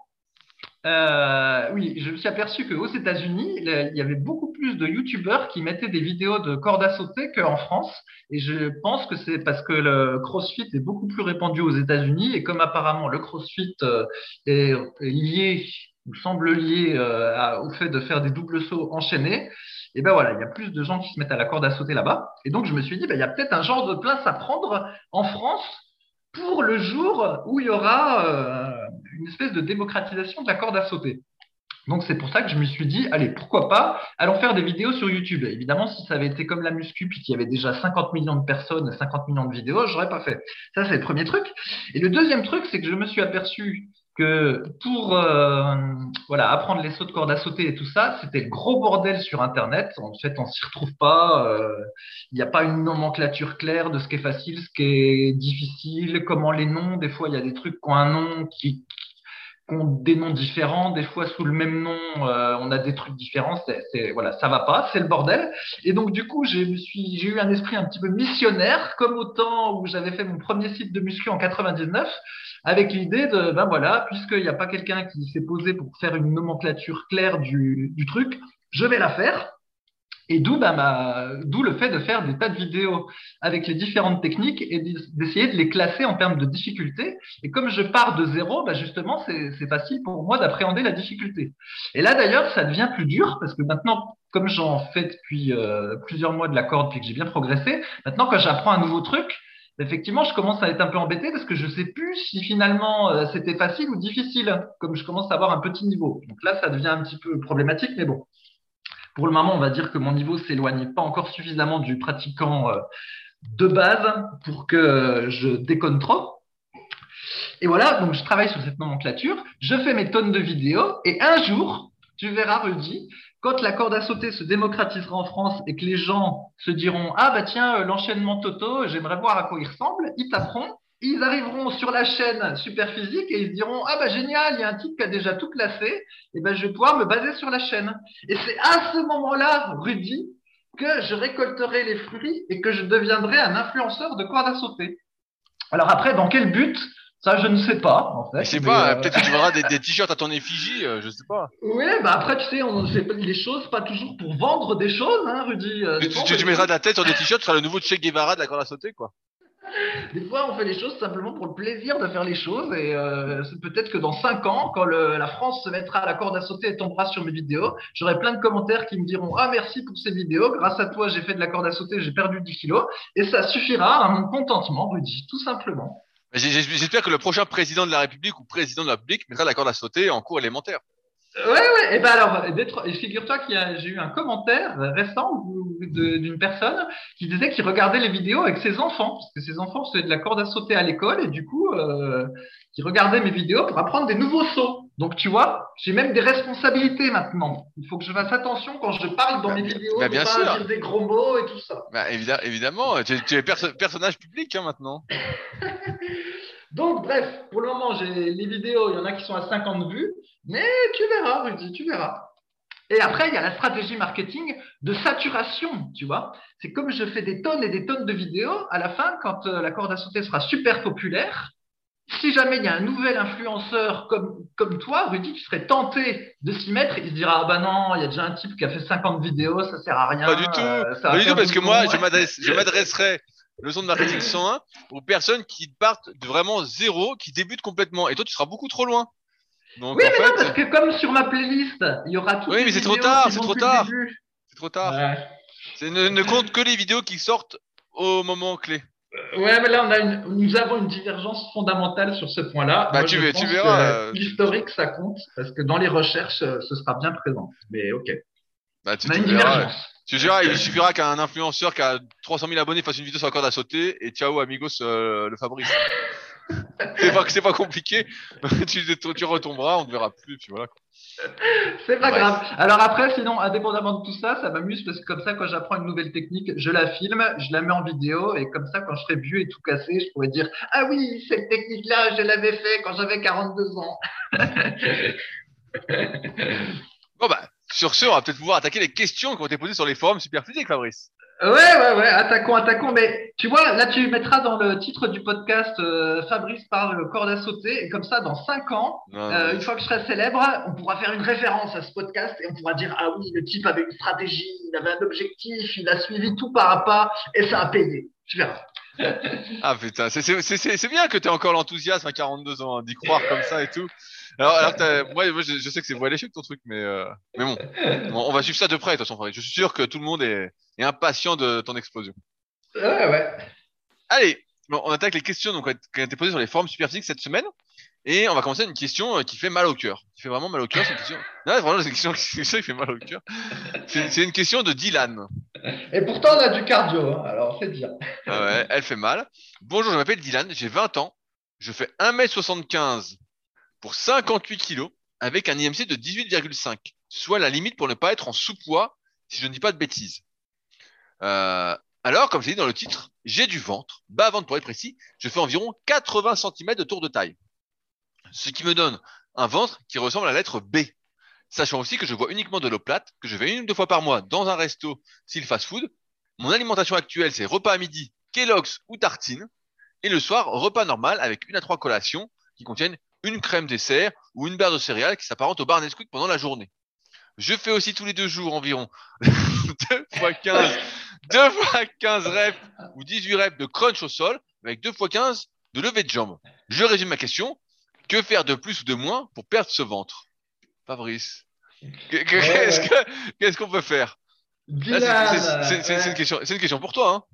euh, oui, je me suis aperçu qu'aux États-Unis, il y avait beaucoup plus de YouTubeurs qui mettaient des vidéos de corde à sauter qu'en France. Et je pense que c'est parce que le CrossFit est beaucoup plus répandu aux États-Unis. Et comme apparemment le CrossFit euh, est, est lié, ou semble lié euh, à- au fait de faire des doubles sauts enchaînés, et ben voilà, il y a plus de gens qui se mettent à la corde à sauter là-bas. Et donc, je me suis dit, ben, il y a peut-être un genre de place à prendre en France pour le jour où il y aura euh, une espèce de démocratisation de la corde à sauter. Donc c'est pour ça que je me suis dit, allez, pourquoi pas, allons faire des vidéos sur YouTube. Évidemment, si ça avait été comme la muscu, puis qu'il y avait déjà cinquante millions de personnes et cinquante millions de vidéos, j'aurais pas fait. Ça, c'est le premier truc. Et le deuxième truc, c'est que je me suis aperçu que pour euh, voilà apprendre les sauts de corde à sauter et tout ça, c'était le gros bordel sur Internet. En fait, on s'y retrouve pas. euh, Il n'y a pas une nomenclature claire de ce qui est facile, ce qui est difficile, comment les noms. Des fois, il y a des trucs qui ont un nom qui qui ont des noms différents, des fois sous le même nom, euh, on a des trucs différents. C'est, c'est, voilà, ça va pas, c'est le bordel. Et donc du coup, j'ai me suis, j'ai eu un esprit un petit peu missionnaire, comme au temps où j'avais fait mon premier site de muscu en quatre-vingt-dix-neuf, avec l'idée de, ben voilà, puisqu'il n'y a pas quelqu'un qui s'est posé pour faire une nomenclature claire du, du truc, je vais la faire. Et d'où bah, ma- d'où le fait de faire des tas de vidéos avec les différentes techniques et d'essayer de les classer en termes de difficulté. Et comme je pars de zéro, bah justement, c'est, c'est facile pour moi d'appréhender la difficulté. Et là, d'ailleurs, ça devient plus dur parce que maintenant, comme j'en fais depuis euh, plusieurs mois de la corde, puis que j'ai bien progressé, maintenant, quand j'apprends un nouveau truc, effectivement, je commence à être un peu embêté parce que je sais plus si finalement euh, c'était facile ou difficile, comme je commence à avoir un petit niveau. Donc là, ça devient un petit peu problématique, mais bon. Pour le moment, on va dire que mon niveau s'éloigne pas encore suffisamment du pratiquant euh, de base pour que je déconne trop. Et voilà, donc je travaille sur cette nomenclature, je fais mes tonnes de vidéos, et un jour, tu verras, Rudy, quand la corde à sauter se démocratisera en France et que les gens se diront, ah bah tiens, euh, l'enchaînement Toto, j'aimerais voir à quoi il ressemble, ils taperont, ils arriveront sur la chaîne Superphysique et ils se diront, ah bah génial, il y a un type qui a déjà tout classé, et ben je vais pouvoir me baser sur la chaîne. Et c'est à ce moment-là, Rudy, que je récolterai les fruits et que je deviendrai un influenceur de corde à sauter. Alors après, dans quel but? Ça, je ne sais pas, en Je fait. sais Mais pas, euh, euh, peut-être que tu vendras des, des t-shirts à ton effigie, euh, je sais pas. oui, bah après, tu sais, on fait les choses pas toujours pour vendre des choses, hein, Rudy. Euh, Tu, des fois, tu, on tu- fait tu les mettras choses, ta tête sur des t-shirts, tu seras le nouveau Che Guevara de la corde à sauter, quoi. des fois, on fait les choses simplement pour le plaisir de faire les choses. Et euh, c'est peut-être que dans cinq ans, quand le- la France se mettra à la corde à sauter et tombera sur mes vidéos, j'aurai plein de commentaires qui me diront, ah, merci pour ces vidéos. Grâce à toi, j'ai fait de la corde à sauter, j'ai perdu dix kilos. Et ça suffira à mon contentement, Rudy, tout simplement. Mais j'ai- j'ai- J'espère que le prochain président de la République ou président de la République mettra la corde à sauter en cours élémentaire. Ouais, ouais, et ben alors, d'être- et figure-toi qu'il y a, j'ai eu un commentaire récent où- de- d'une personne qui disait qu'il regardait les vidéos avec ses enfants, parce que ses enfants faisaient de la corde à sauter à l'école, et du coup, euh, qui regardait mes vidéos pour apprendre des nouveaux sauts. Donc, tu vois, j'ai même des responsabilités maintenant. Il faut que je fasse attention quand je parle dans Bah, mes bien, vidéos bah, de bien pas sûr. dire des gros mots et tout ça. Bah, évidemment, évidemment. Tu, tu es perso- personnage public hein, maintenant. Donc, bref, pour le moment, j'ai les vidéos, il y en a qui sont à cinquante vues, mais tu verras, Rudy, tu verras. Et après, il y a la stratégie marketing de saturation, tu vois. C'est comme je fais des tonnes et des tonnes de vidéos, à la fin, quand euh, la corde à sauter sera super populaire, si jamais il y a un nouvel influenceur comme, comme toi, Rudy, qui serait tenté de s'y mettre, il se dira, ah bah non, il y a déjà un type qui a fait cinquante vidéos, ça sert à Pas rien, du tout. euh, ça Pas va du tout, faire parce que moi, doublon. je m'adresse, je m'adresserai leçon de marketing cent un aux personnes qui partent de vraiment zéro, qui débutent complètement. Et toi, tu seras beaucoup trop loin. Donc, Oui, en mais non, fait, parce que comme sur ma playlist, il y aura toutes oui, les mais c'est trop vidéos tard, qui c'est vont trop depuis le tard. début. C'est trop tard. Ouais. C'est ne, ne compte que les vidéos qui sortent au moment clé. Ouais, mais là, on a une- nous avons une divergence fondamentale sur ce point-là. Bah, Moi, tu, je ver- tu pense verras. que euh, tu, l'historique, ça compte, parce que dans les recherches, euh, ce sera bien présent. Mais ok, bah, tu, on a tu une verras. divergence. Tu verras, il suffira qu'un influenceur qui a trois cent mille abonnés fasse une vidéo sur la corde à sauter et ciao, amigos, euh, le Fabrice. C'est pas, c'est pas compliqué. tu, tu retomberas, on ne verra plus, puis voilà. Quoi. C'est pas grave. Bref. Alors après, sinon, indépendamment de tout ça, ça m'amuse parce que comme ça, quand j'apprends une nouvelle technique, je la filme, je la mets en vidéo et comme ça, quand je serai vieux et tout cassé, je pourrais dire, ah oui, cette technique-là, je l'avais fait quand j'avais quarante-deux ans. Bon, bah, sur ce, on va peut-être pouvoir attaquer les questions qui ont été posées sur les forums Superphysique, Fabrice. Ouais, ouais, ouais, attaquons, attaquons. Mais tu vois, là, tu mettras dans le titre du podcast euh, Fabrice parle corde à sauter. Et comme ça, dans cinq ans, Non, non, euh, mais une fois que je serai célèbre, on pourra faire une référence à ce podcast et on pourra dire, ah oui, le type avait une stratégie, il avait un objectif, il a suivi tout pas à pas et ça a payé. Tu verras. ah putain, c'est c'est- c'est- c'est- c'est bien que tu aies encore l'enthousiasme à quarante-deux ans, hein, d'y croire comme ça et tout. Alors, alors que t'as- moi, moi je, je sais que c'est voie à l'échec ton truc, mais, euh, mais bon, on, on va suivre ça de près, de toute façon, Fabrice. Je suis sûr que tout le monde est, est impatient de ton explosion. Ouais, ouais. Allez, bon, on attaque les questions donc, qui ont été posées sur les forums Superphysique cette semaine. Et on va commencer avec une question euh, qui fait mal au cœur. Qui fait vraiment mal au cœur, c'est une question. Non, vraiment, c'est une question qui, c'est qui fait mal au cœur. C'est c'est une question de Dylan. Et pourtant, on a du cardio, hein, alors c'est dire. Ah ouais, elle fait mal. Bonjour, je m'appelle Dylan, j'ai vingt ans. Je fais un mètre soixante-quinze pour cinquante-huit kilos avec un I M C de dix-huit virgule cinq, soit la limite pour ne pas être en sous-poids, si je ne dis pas de bêtises. Euh, alors, comme je l'ai dit dans le titre, j'ai du ventre, bas ventre pour être précis, je fais environ quatre-vingts centimètres de tour de taille, ce qui me donne un ventre qui ressemble à la lettre B. Sachant aussi que je bois uniquement de l'eau plate, que je vais une ou deux fois par mois dans un resto, style fast-food. Mon alimentation actuelle, c'est repas à midi, Kellogg's ou tartine, et le soir, repas normal avec une à trois collations qui contiennent une crème dessert ou une barre de céréales qui s'apparente au bar Nesquik pendant la journée. Je fais aussi tous les deux jours environ deux fois quinze, deux fois quinze reps ou dix-huit reps de crunch au sol avec deux fois quinze de levée de jambes. Je résume ma question. Que faire de plus ou de moins pour perdre ce ventre? Fabrice, que- que- Ouais, qu'est-ce ouais. que, qu'est-ce qu'on peut faire? Là, c'est, c'est, Dylan, c'est, c'est- c'est une ouais. question, c'est une question pour toi, hein.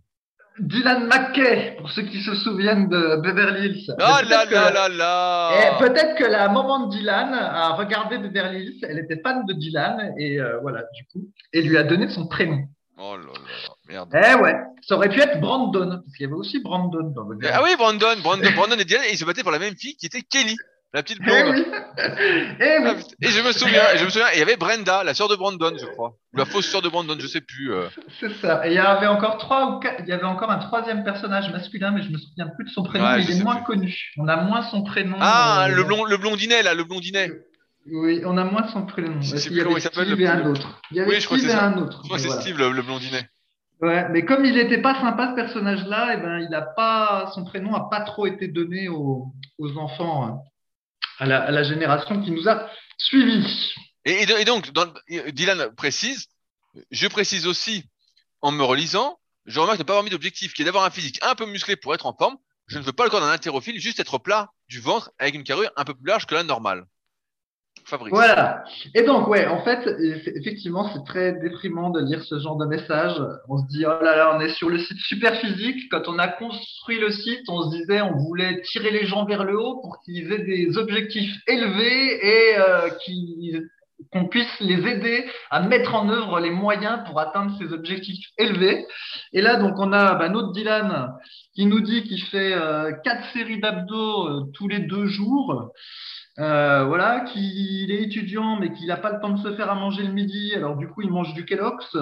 Dylan McKay, pour ceux qui se souviennent de Beverly Hills. Mais Ah là peut-être que, là là et là! peut-être que la maman de Dylan a regardé Beverly Hills, elle était fan de Dylan, et euh, voilà, du coup, et lui a donné son prénom. Oh là là, merde. Eh ouais, ça aurait pu être Brandon, parce qu'il y avait aussi Brandon dans le Ah gars. oui, Brandon, Brandon, Brandon et Diane, ils se battaient pour la même fille qui était Kelly, la petite Eh blonde. oui, eh Ah, oui, putain. Et je me souviens, et je me souviens, et il y avait Brenda, la sœur de Brandon, je crois. Ou la fausse sœur de Brandon, je sais plus. euh. c'est ça. Et il y avait encore trois ou quatre, il y avait encore un troisième personnage masculin, mais je me souviens plus de son prénom, Ouais, mais je il est sais moins plus. connu. On a moins son prénom. Ah, le euh, blond, le blondinet, là, le blondinet. Oui, on a moins son Je prénom. sais Il y plus comment avait il s'appelle, le Steve et petit. un le- autre. Il y avait Oui, je crois que Steve c'est et ça. un Je autre, crois mais que c'est voilà. Steve, le, le blondinet. Ouais, mais comme il n'était pas sympa ce personnage-là, eh ben il a pas, son prénom a pas trop été donné aux, aux enfants, hein, à la, à la génération qui nous a suivis. Et, et, et donc, dans, Dylan précise, je précise aussi, en me relisant, je remarque ne pas avoir mis d'objectif, qui est d'avoir un physique un peu musclé pour être en forme. Je ne veux pas le corps d'un haltérophile, juste être plat du ventre avec une carrure un peu plus large que la normale. Fabrice. Voilà. Et donc, ouais, en fait, eff- effectivement, c'est très déprimant de lire ce genre de message. On se dit, oh là là, on est sur le site Superphysique. Quand on a construit le site, on se disait, on voulait tirer les gens vers le haut pour qu'ils aient des objectifs élevés et euh, qu'ils- qu'on puisse les aider à mettre en œuvre les moyens pour atteindre ces objectifs élevés. Et là, donc, on a bah, notre Dylan qui nous dit qu'il fait euh, quatre séries d'abdos euh, tous les deux jours. Euh, voilà, qu'il est étudiant mais qu'il n'a pas le temps de se faire à manger le midi, alors du coup il mange du Kellogg's.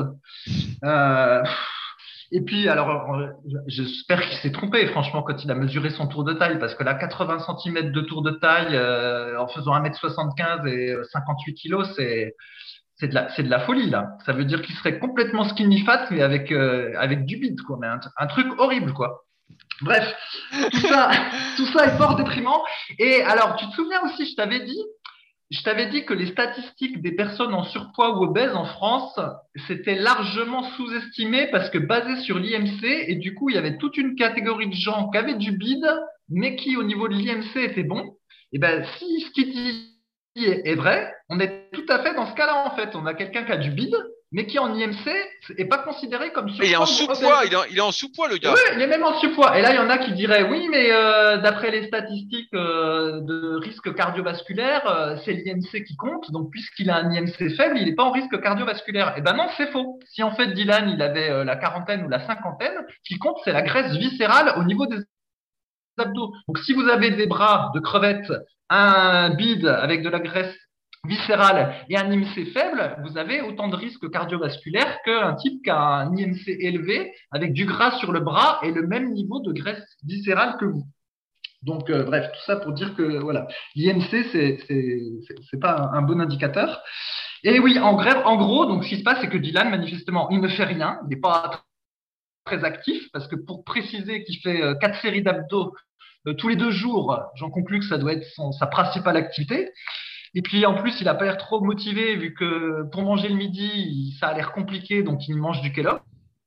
Euh, et puis alors euh, j'espère qu'il s'est trompé franchement quand il a mesuré son tour de taille parce que là quatre-vingts centimètres de tour de taille euh, en faisant un mètre soixante-quinze et cinquante-huit kilos, c'est c'est de la c'est de la folie là. Ça veut dire qu'il serait complètement skinny fat mais avec euh, avec du bide quoi, mais un, un truc horrible quoi. Bref, tout ça, tout ça est fort déprimant. Et alors, tu te souviens aussi, je t'avais dit, je t'avais dit que les statistiques des personnes en surpoids ou obèses en France, c'était largement sous-estimé parce que basé sur l'I M C, et du coup, il y avait toute une catégorie de gens qui avaient du bide, mais qui, au niveau de l'I M C, étaient bons. Et ben, si ce qu'il dit est est vrai, on est tout à fait dans ce cas-là, en fait. On a quelqu'un qui a du bide, mais qui en I M C est pas considéré comme Et il est en surpoids ou sous-poids, obèse. il est en, il est en sous-poids, le Oui, gars. il est même en surpoids. Et là, il y en a qui diraient oui, mais euh, d'après les statistiques euh, de risque cardiovasculaire, euh, c'est l'I M C qui compte. Donc, puisqu'il a un I M C faible, il n'est pas en risque cardiovasculaire. Eh ben non, c'est faux. Si en fait Dylan, il avait euh, la quarantaine ou la cinquantaine, ce qui compte, c'est la graisse viscérale au niveau des abdos. Donc, si vous avez des bras de crevettes, un bide avec de la graisse viscérale et un I M C faible, vous avez autant de risques cardiovasculaires qu'un type qui a un I M C élevé avec du gras sur le bras et le même niveau de graisse viscérale que vous. Donc, euh, bref, tout ça pour dire que voilà, l'I M C, c'est c'est c'est pas un bon indicateur. Et oui, en, grève, en gros, donc ce qui se passe, c'est que Dylan, manifestement, il ne fait rien, il n'est pas très actif, parce que pour préciser qu'il fait euh, quatre séries d'abdos euh, tous les deux jours, j'en conclus que ça doit être son, sa principale activité. Et puis en plus, il n'a pas l'air trop motivé, vu que pour manger le midi, ça a l'air compliqué, donc il mange du Kellogg's.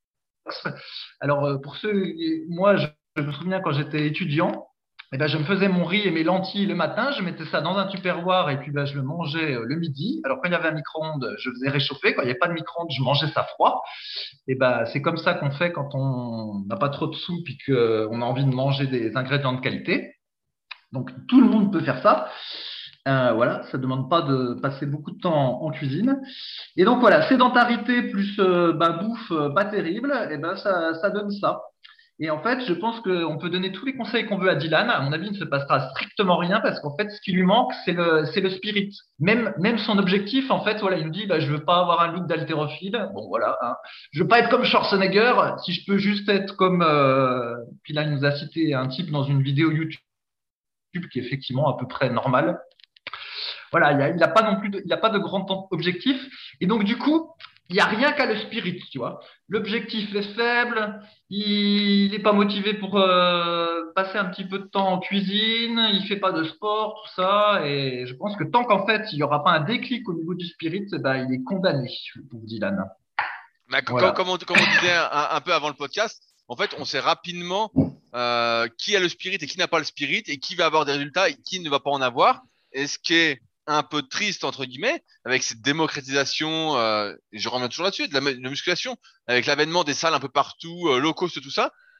Alors euh, pour ceux, moi, je, je me souviens quand j'étais étudiant, eh ben, je me faisais mon riz et mes lentilles le matin, je mettais ça dans un tupperware et puis ben, je le mangeais euh, le midi. Alors quand il y avait un micro-ondes, je faisais réchauffer. Quand il n'y avait pas de micro-ondes, je mangeais ça froid. Et ben, c'est comme ça qu'on fait quand on n'a pas trop de sous et qu'on a envie de manger des ingrédients de qualité. Donc tout le monde peut faire ça. Euh, voilà, ça ne demande pas de passer beaucoup de temps en, en cuisine. Et donc voilà, sédentarité plus euh, bah, bouffe euh, pas terrible, et ben ça, ça donne ça. Et en fait, je pense qu'on peut donner tous les conseils qu'on veut à Dylan. À mon avis, il ne se passera strictement rien parce qu'en fait, ce qui lui manque, c'est le, c'est le spirit. Même, même son objectif, en fait, voilà, il nous dit, bah, je veux pas avoir un look d'haltérophile. Bon, voilà, hein. Je veux pas être comme Schwarzenegger. Si je peux juste être comme, euh... puis là, il nous a cité un type dans une vidéo YouTube qui est effectivement à peu près normal. Voilà, il n'a il a pas non plus de, il a pas de grand objectif. Et donc, du coup, il n'y a rien qu'à le spirit, tu vois. L'objectif est faible, il n'est pas motivé pour euh, passer un petit peu de temps en cuisine, il fait pas de sport, tout ça. Et je pense que tant qu'en fait, il n'y aura pas un déclic au niveau du spirit, eh ben, il est condamné, pour Dylan. Mais co- co- Voilà. comme on, comme on disait un, un peu avant le podcast, en fait, on sait rapidement euh, qui a le spirit et qui n'a pas le spirit et qui va avoir des résultats et qui ne va pas en avoir. Et ce qui est un peu triste, entre guillemets, avec cette démocratisation, euh, et je reviens toujours là-dessus, de la, de la musculation, avec l'avènement des salles un peu partout, euh, low cost, tout ça,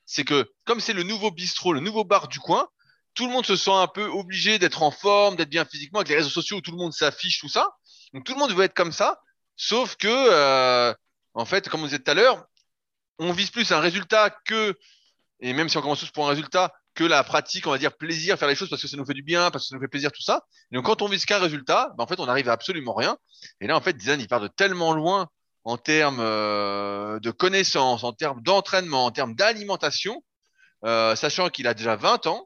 c'est que comme c'est le nouveau bistrot, le nouveau bar du coin, tout le monde se sent un peu obligé d'être en forme, d'être bien physiquement, avec les réseaux sociaux où tout le monde s'affiche, tout ça. Donc tout le monde veut être comme ça, sauf que, euh, en fait, comme on disait tout à l'heure, on vise plus un résultat que, et même si on commence tous pour un résultat, que la pratique, on va dire plaisir, faire les choses parce que ça nous fait du bien, parce que ça nous fait plaisir, tout ça. Et donc quand on vise qu'un résultat, bah, en fait, on arrive à absolument rien. Et là, en fait, Dylan, il part de tellement loin en termes euh, de connaissances, en termes d'entraînement, en termes d'alimentation, euh, sachant qu'il a déjà vingt ans,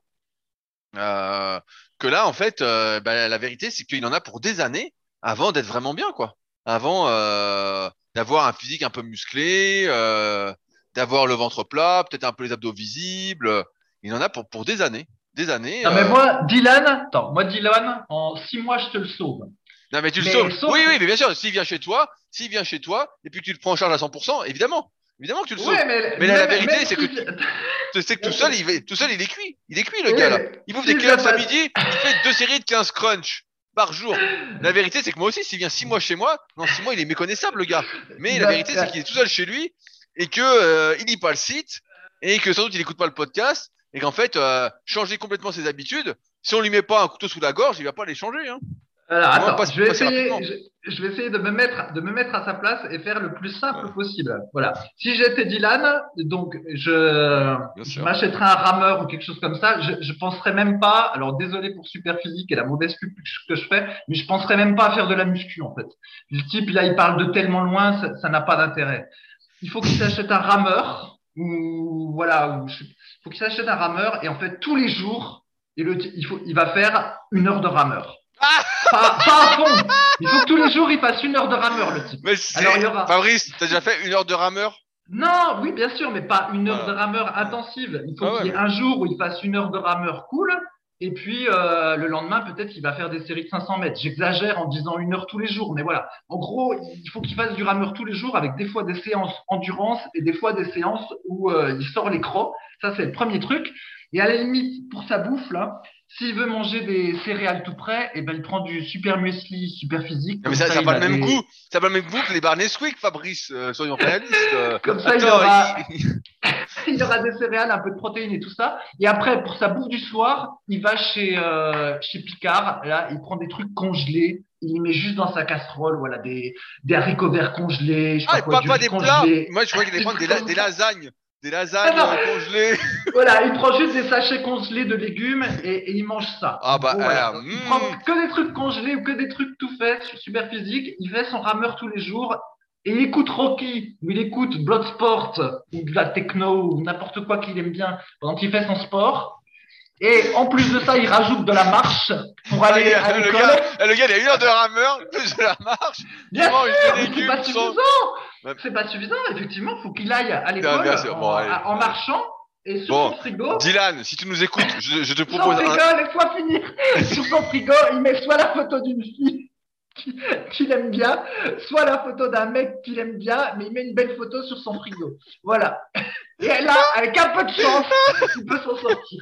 euh, que là, en fait, euh, bah, la vérité, c'est qu'il en a pour des années avant d'être vraiment bien, quoi. Avant euh, d'avoir un physique un peu musclé, euh, d'avoir le ventre plat, peut-être un peu les abdos visibles. Il en a pour, pour des années. Des années. Non, mais euh. moi, Dylan, attends, moi, Dylan, en six mois, je te le sauve. Non, mais tu le Mais sauves. sauf Oui, que, oui, mais bien sûr, s'il vient chez toi, s'il vient chez toi, et puis que tu le prends en charge à cent pour cent, évidemment. Évidemment que tu le sauves. ouais, mais Mais là, la même, vérité, même c'est que si, tu, tu sais que tout seul, il, va- tout seul, il est cuit. Il est cuit, le oui, gars, là. mais Il bouffe des s'il vient Kellogg's à pas, midi, il fait deux séries de quinze crunch par jour. La vérité, c'est que moi aussi, s'il vient six mois chez moi, non, six mois, il est méconnaissable, le gars. Mais il la va, vérité, c'est qu'il est tout seul chez lui, et que, euh, il lit pas le site, et que sans doute, il écoute pas le podcast, et qu'en fait, euh, changer complètement ses habitudes, si on lui met pas un couteau sous la gorge, il va pas les changer, hein. alors, Du moins, pas, attends, je vais pas si essayer, rapidement. je, je vais essayer de me mettre, de me mettre à sa place et faire le plus Ouais, simple possible. Voilà. Si j'étais Dylan, donc je, bien je sûr. m'achèterais un rameur ou quelque chose comme ça. Je, je penserais même pas. Alors désolé pour Superphysique et la mauvaise pub que je fais, mais je penserais même pas à faire de la muscu en fait. Le type là, il parle de tellement loin, ça ça n'a pas d'intérêt. Il faut qu'il s'achète un rameur ou voilà, ou je- il faut qu'il s'achète un rameur et en fait tous les jours, et le, il faut, il va faire une heure de rameur. Ah! Pas, pas à fond. Il faut que tous les jours, il fasse une heure de rameur, le type. Mais Alors, il y c'est, aura. Fabrice, t'as déjà fait une heure de rameur? Non, oui, bien sûr, mais pas une heure de Voilà. rameur Ah intensive. Il faut ah ouais, qu'il y ait mais. un jour où il fasse une heure de rameur cool. Et puis, euh, le lendemain, peut-être qu'il va faire des séries de cinq cents mètres. J'exagère en disant une heure tous les jours. Mais voilà. En gros, il faut qu'il fasse du rameur tous les jours avec des fois des séances endurance et des fois des séances où euh, il sort les crocs. Ça, c'est le premier truc. Et à la limite, pour sa bouffe, là, s'il veut manger des céréales tout près, eh ben, il prend du super muesli, super physique. Non, mais Comme ça, ça, ça a il pas a le même goût. des, Ça a pas le même goût que les bars Nesquik, Fabrice. Euh, soyons réalistes. Euh, comme ça, il attends, aura, il... il aura des céréales, un peu de protéines et tout ça. Et après, pour sa bouffe du soir, il va chez, euh, chez Picard. Là, il prend des trucs congelés. Il les met juste dans sa casserole. Voilà, des, des haricots verts congelés, je sais Ah, pas et quoi, pas, du pas riz des plats. congelé, Moi, je croyais qu'il allait des prendre des, trucs la- comme des ça. lasagnes. Des Ah lasagnes non, euh, congelées. voilà, il prend juste des sachets congelés de légumes et, et il mange ça. Ah En bah, gros, voilà. euh, Donc, il prend hmm. que des trucs congelés ou que des trucs tout faits, super physique. Il fait son rameur tous les jours et il écoute Rocky ou il écoute Bloodsport ou de la techno ou n'importe quoi qu'il aime bien pendant qu'il fait son sport. Et en plus de ça, il rajoute de la marche pour Ah, il aller y à a- le l'école. gars, le gars, il a une heure de rameur, plus de la marche. Il Bien mange des sûr, mais c'est légumes pas sans. suffisant. Ouais, C'est pas suffisant, effectivement. Il faut qu'il aille à non, l'école bien sûr. Bon, en, allez, en allez. marchant et sur Bon, son frigo. Dylan, si tu nous écoutes, je, je te Son propose un. frigo, laisse-moi finir. Sur son frigo, il met soit la photo d'une fille qu'il aime bien, soit la photo d'un mec qu'il aime bien, mais il met une belle photo sur son frigo. Voilà. Et là, avec un peu de chance, il peut s'en sortir.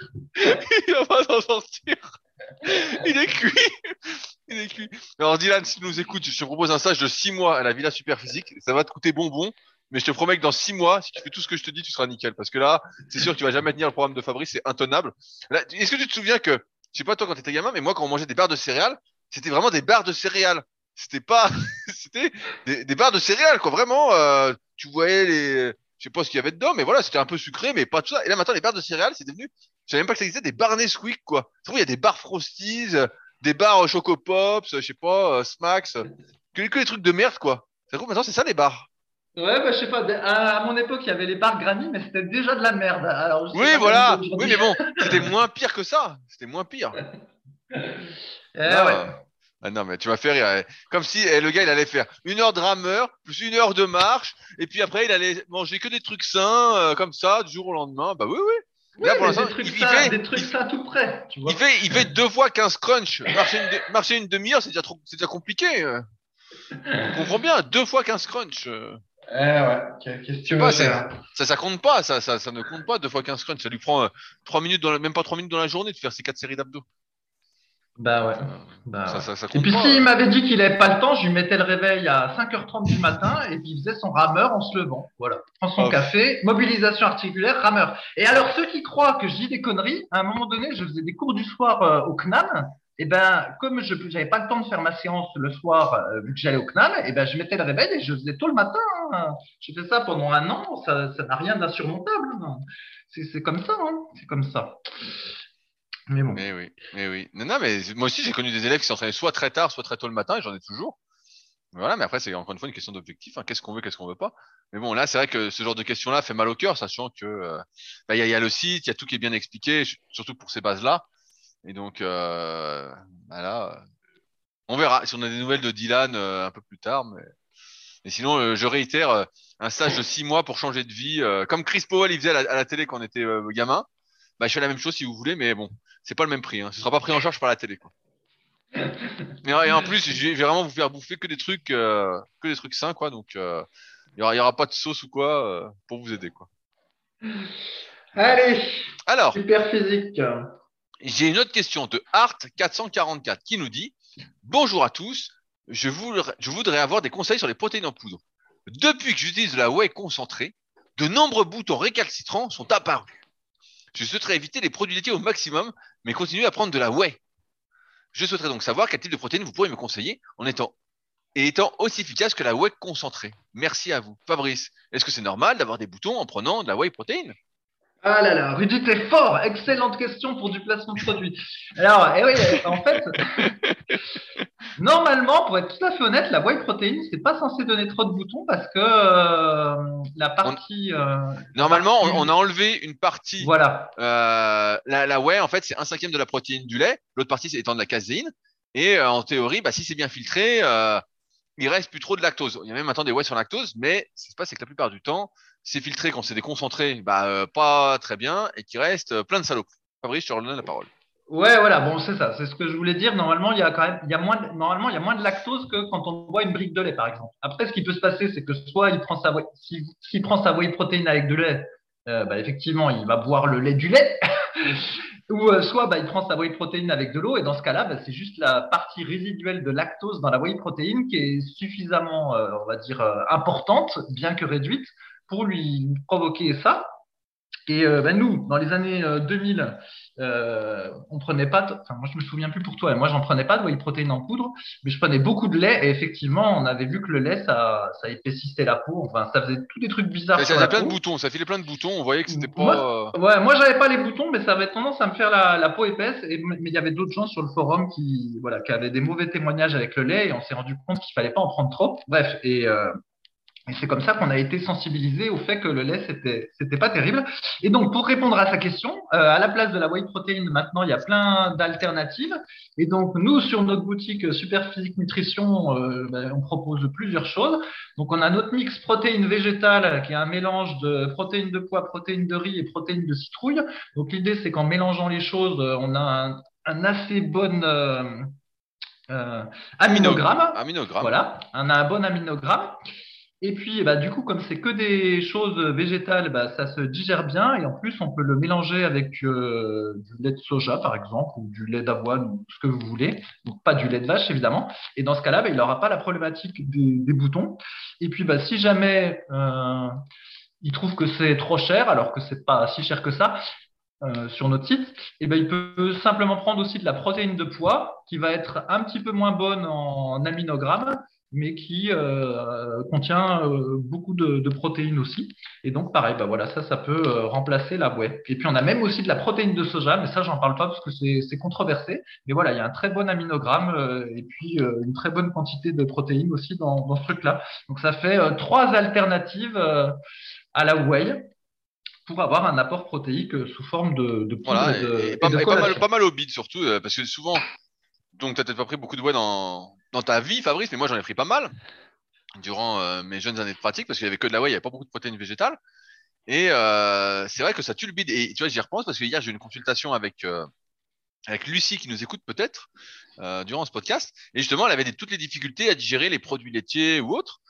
Il va pas s'en sortir. Il est cuit. Il est cuit. Alors Dylan, si tu nous écoutes, je te propose un stage de six mois à la Villa Superphysique. Ça va te coûter bonbon, mais je te promets que dans six mois, si tu fais tout ce que je te dis, tu seras nickel. Parce que là, c'est sûr que tu vas jamais tenir le programme de Fabrice, c'est intenable. Là, est-ce que tu te souviens que, je sais pas toi quand t'étais gamin, mais moi quand on mangeait des barres de céréales, c'était vraiment des barres de céréales. C'était pas, c'était des, des barres de céréales, quoi. Vraiment, euh, tu voyais les, je sais pas ce qu'il y avait dedans, mais voilà, c'était un peu sucré, mais pas tout ça. Et là maintenant, les barres de céréales, c'est devenu, je savais même pas que ça existait, des barres Nesquik, quoi. Tu vois, il y a des barres Frosties, euh, des barres Choco Pops, euh, je sais pas, euh, Smacks, euh, que, que les trucs de merde, quoi. Ça trouve maintenant, c'est ça les barres. Ouais, bah, je sais pas. À, à mon époque, il y avait les bars Granny, mais c'était déjà de la merde. Alors, je sais Oui, pas comment c'est voilà. Oui, aujourd'hui. mais bon, c'était moins pire que ça. C'était moins pire. Eh ouais. Là, euh, ah non, mais tu m'as fait rire. eh. Comme si eh, le gars, il allait faire une heure de rameur, plus une heure de marche, et puis après, il allait manger que des trucs sains, euh, comme ça, du jour au lendemain. Bah oui, oui. Oui, Là, pour mais l'instant, des trucs il, il ça, fait, des trucs il, ça tout près, tu il vois. fait, il fait deux fois quinze crunch. Marcher une, de- marcher une demi-heure, c'est déjà trop, c'est déjà compliqué. euh. Tu comprends bien, deux fois quinze crunch. euh. Eh ouais, qu'est- qu'est-ce que Je sais tu veux pas, c'est, faire? ça, ça compte pas, ça, ça, ça ne compte pas deux fois quinze crunch. Ça lui prend euh, trois minutes dans la, même pas trois minutes dans la journée de faire ses quatre séries d'abdos. Bah ouais. Donc, euh, Bah ça, ouais. ça, ça Et compte puis pas. s'il euh. m'avait dit qu'il avait pas le temps, je lui mettais le réveil à cinq heures trente du matin et puis il faisait son rameur en se levant. Voilà. Prend son Oh, pff. café, mobilisation articulaire, rameur. Et alors ceux qui croient que je dis des conneries, à un moment donné, je faisais des cours du soir euh, au C N A M. Et ben comme je j'avais pas le temps de faire ma séance le soir euh, vu que j'allais au C N A M, et ben je mettais le réveil et je faisais tôt le matin, hein. J'ai fait ça pendant un an, ça ça n'a rien d'insurmontable, hein. C'est c'est comme ça, hein. C'est comme ça. Mais bon. Mais oui, mais oui. Non, non, mais moi aussi, j'ai connu des élèves qui s'entraînaient soit très tard, soit très tôt le matin, et j'en ai toujours. Voilà, mais après, c'est encore une fois une question d'objectif, hein. Qu'est-ce qu'on veut, qu'est-ce qu'on veut pas. Mais bon, là, c'est vrai que ce genre de questions-là fait mal au cœur, sachant que euh, bah, il y a, il y a le site, il y a tout qui est bien expliqué, ch- surtout pour ces bases-là. Et donc, euh, bah là, euh, on verra si on a des nouvelles de Dylan euh, un peu plus tard. Mais, mais sinon, euh, je réitère euh, un stage de six mois pour changer de vie, euh, comme Chris Powell il faisait à la, à la télé quand on était euh, gamin. Bah, je fais la même chose si vous voulez, mais bon, c'est pas le même prix, hein. Ce sera pas pris en charge par la télé, quoi. Et, et en plus, je vais, je vais vraiment vous faire bouffer que des trucs, euh, que des trucs sains, quoi. Donc, euh, il y aura, il y aura pas de sauce ou quoi euh, pour vous aider, quoi. Voilà. Allez, Alors, super physique. j'ai une autre question de Art quatre cent quarante-quatre qui nous dit: Bonjour à tous, je voudrais, je voudrais avoir des conseils sur les protéines en poudre. Depuis que j'utilise la whey concentrée, de nombreux boutons récalcitrants sont apparus. Je souhaiterais éviter les produits laitiers au maximum, mais continuer à prendre de la whey. Je souhaiterais donc savoir quel type de protéines vous pourriez me conseiller en étant et étant aussi efficace que la whey concentrée. Merci à vous. Fabrice, est-ce que c'est normal d'avoir des boutons en prenant de la whey protéine? Ah là là, Rudy, t'es fort. Excellente question pour du placement de produit. Alors, eh oui, en fait, normalement, pour être tout à fait honnête, la whey protéine, c'est pas censé donner trop de boutons parce que euh, la On- partie, euh, la Normalement, on, on a partie, enlevé une partie. voilà. Euh, la, la whey, en fait, c'est un cinquième de la protéine du lait. L'autre partie, c'est étant de la caséine. Et euh, en théorie, bah, si c'est bien filtré, euh, il reste plus trop de lactose. Il y a même maintenant des whey sans lactose, mais ce qui se passe, c'est que la plupart du temps, c'est filtré quand c'est des concentrés, bah, euh, pas très bien, et qui reste euh, plein de saloperies. Fabrice, je te redonne la parole. Ouais, voilà, bon, c'est ça, c'est ce que je voulais dire. Normalement, il y a quand même, il y a moins, de- normalement, il y a moins de lactose que quand on boit une brique de lait, par exemple. Après, ce qui peut se passer, c'est que soit il prend sa, whey- s'il, s'il prend sa whey protéine avec de lait, euh, bah, effectivement, il va boire le lait du lait. Ou euh, soit bah, il prend sa whey protéine avec de l'eau, et dans ce cas-là, bah, c'est juste la partie résiduelle de lactose dans la whey protéine qui est suffisamment, euh, on va dire, euh, importante, bien que réduite, pour lui provoquer ça. Et euh, ben nous, dans les années euh, deux mille, euh, on prenait pas, de- enfin moi je me souviens plus pour toi, moi j'en prenais pas de whey protéine en poudre, mais je prenais beaucoup de lait et effectivement on avait vu que le lait ça, ça épaississait la peau, enfin ça faisait tous des trucs bizarres Ça, ça sur la faisait plein de peau. boutons, ça filait plein de boutons. On voyait que c'était Moi, pas. euh, ouais, moi j'avais pas les boutons, mais ça avait tendance à me faire la, la peau épaisse. Et, mais il y avait d'autres gens sur le forum qui, voilà, qui avaient des mauvais témoignages avec le lait et on s'est rendu compte qu'il fallait pas en prendre trop. Bref, et euh, et c'est comme ça qu'on a été sensibilisé au fait que le lait, c'était, c'était pas terrible. Et donc, pour répondre à sa question, euh, à la place de la whey protéine, maintenant, il y a plein d'alternatives. Et donc, nous, sur notre boutique Super Physique Nutrition, euh, ben, on propose plusieurs choses. Donc, on a notre mix protéines végétales, qui est un mélange de protéines de pois, protéines de riz et protéines de citrouille. Donc, l'idée, c'est qu'en mélangeant les choses, euh, on a un, un assez bon euh, euh, Amino... aminogramme. Aminogramme. Voilà, on a un bon aminogramme. Et puis, bah, du coup, comme c'est que des choses végétales, bah, ça se digère bien. Et en plus, on peut le mélanger avec euh, du lait de soja, par exemple, ou du lait d'avoine, ou ce que vous voulez. Donc, pas du lait de vache, évidemment. Et dans ce cas-là, bah, il n'aura pas la problématique des, des boutons. Et puis, bah, si jamais euh, il trouve que c'est trop cher, alors que c'est pas si cher que ça, euh, sur notre site, et ben, il peut simplement prendre aussi de la protéine de pois qui va être un petit peu moins bonne en aminogrammes, mais qui euh, contient euh, beaucoup de, de protéines aussi. Et donc, pareil, bah voilà, ça, ça peut euh, remplacer la whey. Et puis, on a même aussi de la protéine de soja, mais ça, j'en parle pas parce que c'est c'est controversé. Mais voilà, il y a un très bon aminogramme euh, et puis euh, une très bonne quantité de protéines aussi dans, dans ce truc-là. Donc, ça fait euh, trois alternatives euh, à la whey pour avoir un apport protéique euh, sous forme de, de poudre et Voilà, et, de, et et pas, de et pas mal, collation. pas mal au bide surtout, euh, parce que souvent, donc t'as peut-être pas pris beaucoup de whey dans, dans ta vie, Fabrice, mais moi j'en ai pris pas mal durant euh, mes jeunes années de pratique, parce qu'il y avait que de la whey, il y avait pas beaucoup de protéines végétales. Et euh, c'est vrai que ça tue le bide. Et tu vois, j'y repense parce que hier j'ai eu une consultation avec euh, avec Lucie qui nous écoute peut-être euh, durant ce podcast. Et justement, elle avait des- toutes les difficultés à digérer les produits laitiers ou autres.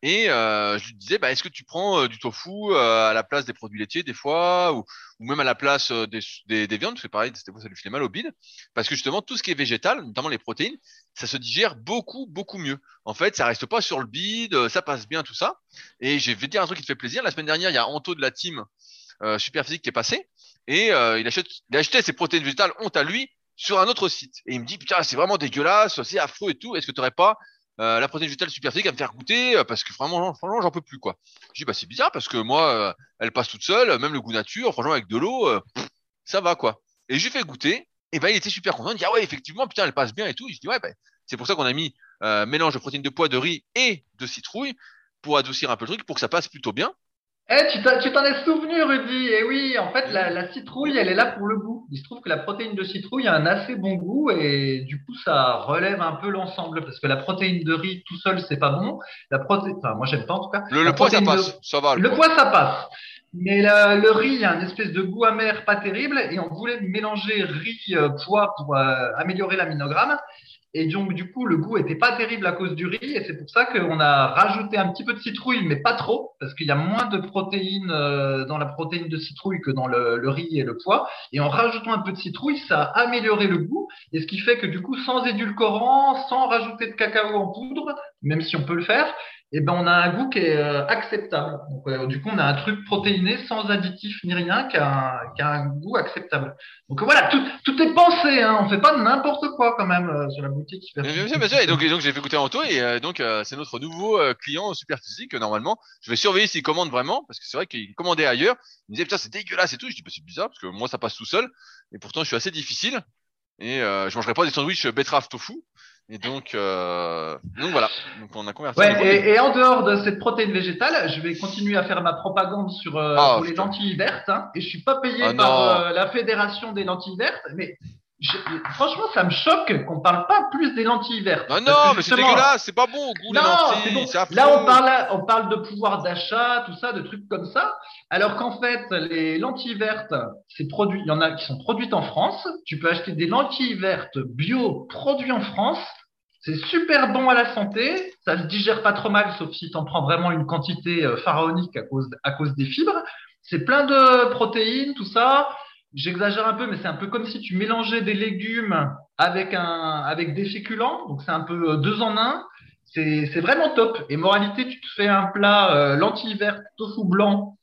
Et euh, je lui disais, bah, est-ce que tu prends euh, du tofu euh, à la place des produits laitiers des fois, ou, ou même à la place euh, des, des, des viandes, parce que pareil, des fois ça lui fait mal au bide, parce que justement tout ce qui est végétal, notamment les protéines, ça se digère beaucoup beaucoup mieux. En fait, ça reste pas sur le bide, euh, ça passe bien tout ça. Et je vais te dire un truc qui te fait plaisir. La semaine dernière, il y a Anto de la team euh, Superphysique qui est passé, et euh, il achète, il a acheté ses protéines végétales, honte à lui, sur un autre site. Et il me dit, putain, c'est vraiment dégueulasse, c'est affreux et tout. Est-ce que tu n'aurais pas euh, la protéine végétale super physique à me faire goûter euh, parce que vraiment, franchement, j'en peux plus quoi. Je dis bah c'est bizarre parce que moi, euh, elle passe toute seule, même le goût nature, franchement avec de l'eau, euh, pff, ça va quoi. Et j'ai fait goûter, et ben il était super content. Il dit ah ouais effectivement putain elle passe bien et tout. Je dis ouais ben c'est pour ça qu'on a mis euh, mélange de protéines de pois, de riz et de citrouille pour adoucir un peu le truc pour que ça passe plutôt bien. Eh, tu t'en tu t'en es souvenu, Rudy. Eh oui, en fait, Eh la, oui. la citrouille, elle est là pour le goût. Il se trouve que la protéine de citrouille a un assez bon goût et du coup, ça relève un peu l'ensemble parce que la protéine de riz tout seul, c'est pas bon. La protéine, enfin, moi, j'aime pas en tout cas. Le, La le pois ça protéine de, passe, ça va le le pois. pois, ça passe. Mais le, le riz, il y a une espèce de goût amer pas terrible et on voulait mélanger riz, euh, pois pour euh, améliorer l'aminogramme. Et donc, du coup, le goût était pas terrible à cause du riz. Et c'est pour ça qu'on a rajouté un petit peu de citrouille, mais pas trop, parce qu'il y a moins de protéines euh, dans la protéine de citrouille que dans le, le riz et le pois. Et en rajoutant un peu de citrouille, ça a amélioré le goût. Et ce qui fait que, du coup, sans édulcorant, sans rajouter de cacao en poudre, même si on peut le faire, eh ben, on a un goût qui est euh, acceptable. Donc, euh, du coup, on a un truc protéiné sans additif ni rien, qui a un, qui a un goût acceptable. Donc voilà, tout, tout est pensé, hein. On fait pas n'importe quoi quand même euh, sur la boutique Bien, bien Superphysique sûr, bien sûr. Et donc, Nutrition. et donc j'ai fait goûter Anto et euh, donc euh, c'est notre nouveau euh, client super physique. Normalement, je vais surveiller s'il commande vraiment parce que c'est vrai qu'il commandait ailleurs. Il me disait putain c'est dégueulasse et tout. Je dis bah c'est bizarre parce que moi ça passe tout seul et pourtant je suis assez difficile et euh, je mangerai pas des sandwichs betterave tofu. Et donc euh, donc voilà. Donc on a converti à Ouais, nouveau. Mais et, et en dehors de cette protéine végétale, je vais continuer à faire ma propagande sur, euh, ah pour les putain lentilles vertes, hein. Et je suis pas ah payé par non euh, la Fédération des lentilles vertes, mais je- franchement, ça me choque qu'on parle pas plus des lentilles vertes. non Parce que non mais c'est justement, dégueulasse. C'est pas bon au goût les non, c'est lentilles. bon. C'est Là, on affreux. parle, on parle de pouvoir d'achat, tout ça, de trucs comme ça. Alors qu'en fait, les lentilles vertes, c'est produit, il y en a qui sont produites en France. Tu peux acheter des lentilles vertes bio produites en France. C'est super bon à la santé. Ça se digère pas trop mal, sauf si tu en prends vraiment une quantité euh, pharaonique à cause, à cause des fibres. C'est plein de protéines, tout ça. J'exagère un peu, mais c'est un peu comme si tu mélangeais des légumes avec un, avec des féculents. Donc c'est un peu euh, deux en un. C'est, c'est vraiment top. Et moralité, tu te fais un plat euh, lentilles vertes, tofu blanc,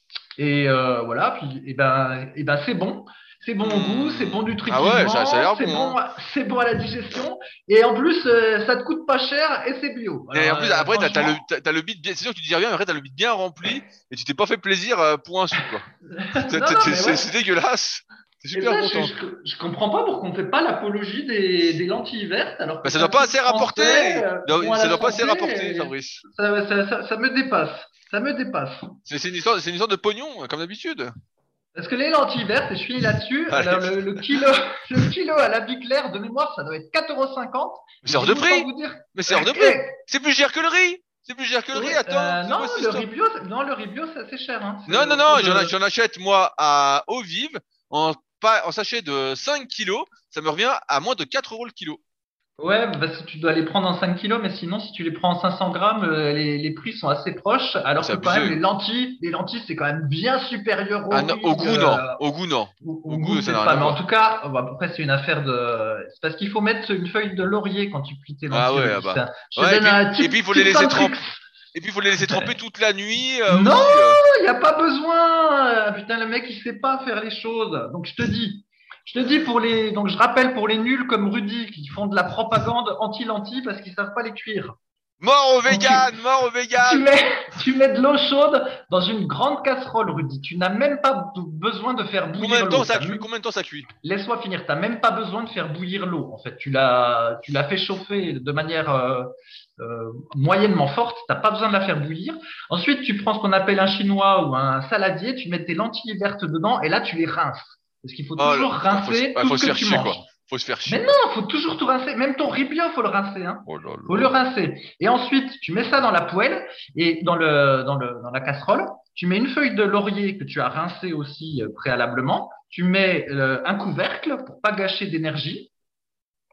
et euh, voilà. Puis, et ben, et ben, c'est bon. C'est bon au goût, c'est bon Hmm. Ah ouais ça, ça a nutritivement, l'air c'est bon bon, hein. c'est bon à la digestion. Et en plus, euh, ça te coûte pas cher et c'est bio. Et Alors, en plus, euh, après, t'as, t'as le, franchement, t'as, t'as le bide bien, c'est sûr que tu digères bien, mais après, t'as le bide bien rempli, et tu t'es pas fait plaisir euh, pour un sou, quoi. non, C'est non, c'est- mais c'est- ouais. c'est dégueulasse. T'es Et super ça, je, content. je, je comprends pas pourquoi on fait pas l'apologie des, des lentilles vertes, alors Bah, que ça c'est doit un pas truc assez français, rapporter. euh, Non, bon à ça la doit pas assez santé. rapporter, Et Fabrice. ça, ça, ça, ça me dépasse. Ça me dépasse. C'est c'est une histoire, c'est une histoire de pognon, euh, comme d'habitude. Parce que les lentilles vertes, et je finis là-dessus, Allez. alors le, le kilo, le kilo à la vie claire de mémoire, ça doit être quatre euros cinquante. Mais Et c'est hors j'ai de vu autant prix. vous dire. Mais c'est hors de prix. Eh, C'est plus cher que le riz. C'est plus cher que le oui, riz, attends. euh, C'est non, quoi cette le histoire? riz bio, c'est- non, le riz bio, c'est assez cher, hein. Non, C'est non, non, autour j'en, a- de. j'en achète, moi, à eau vive, en, pas, en sachet de cinq kilos. Ça me revient à moins de quatre euros le kilo. Ouais, parce que tu dois les prendre en cinq kilos, mais sinon, si tu les prends en cinq cents grammes, euh, les, les prix sont assez proches, Oh, alors c'est que quand même, abusé. les lentilles, les lentilles, c'est quand même bien supérieur Ah, au non, au riz. goût, non. euh, Au goût, non. au, Au au goût, goût, ça n'a peut-être rien pas, à mais en voir. tout cas, bon, après, c'est une affaire de. C'est parce qu'il faut mettre une feuille de laurier quand tu cuis tes Ah lentilles, ouais, ah Rudy. bah. Ça, je te Ouais, et donne puis, un et puis il tip, faut les tips laisser and tricks. tremper. Et puis il faut les laisser tremper toute la nuit euh, Non, aussi. euh. il n'y a pas besoin. Euh, Putain, le mec, il sait pas faire les choses. Donc, je te dis. Je te dis pour les, donc je rappelle pour les nuls comme Rudy qui font de la propagande anti-lentilles parce qu'ils savent pas les cuire. Mort au Donc tu, vegan, mort au tu vegan. mets, tu mets de l'eau chaude dans une grande casserole, Rudy. Tu n'as même pas besoin de faire Combien bouillir de temps l'eau. ça T'as cuit? m- Combien de temps ça cuit? Laisse-moi finir. Tu n'as même pas besoin de faire bouillir l'eau. En fait, tu l'as, tu l'as fait chauffer de manière euh, euh, moyennement forte. Tu n'as pas besoin de la faire bouillir. Ensuite, tu prends ce qu'on appelle un chinois ou un saladier. Tu mets tes lentilles vertes dedans et là, tu les rinces. Parce qu'il faut Oh là, toujours putain, faut, se- rincer ouais, tout faut ce se que faire tu chier quoi. manges. Faut se faire chier Mais quoi. non, faut toujours tout rincer. Même ton riz bio, faut le rincer, hein. Oh là Faut le là. rincer. Et ensuite, tu mets ça dans la poêle et dans le, dans le, dans la casserole. Tu mets une feuille de laurier que tu as rincée aussi euh, préalablement. Tu mets euh, un couvercle pour pas gâcher d'énergie.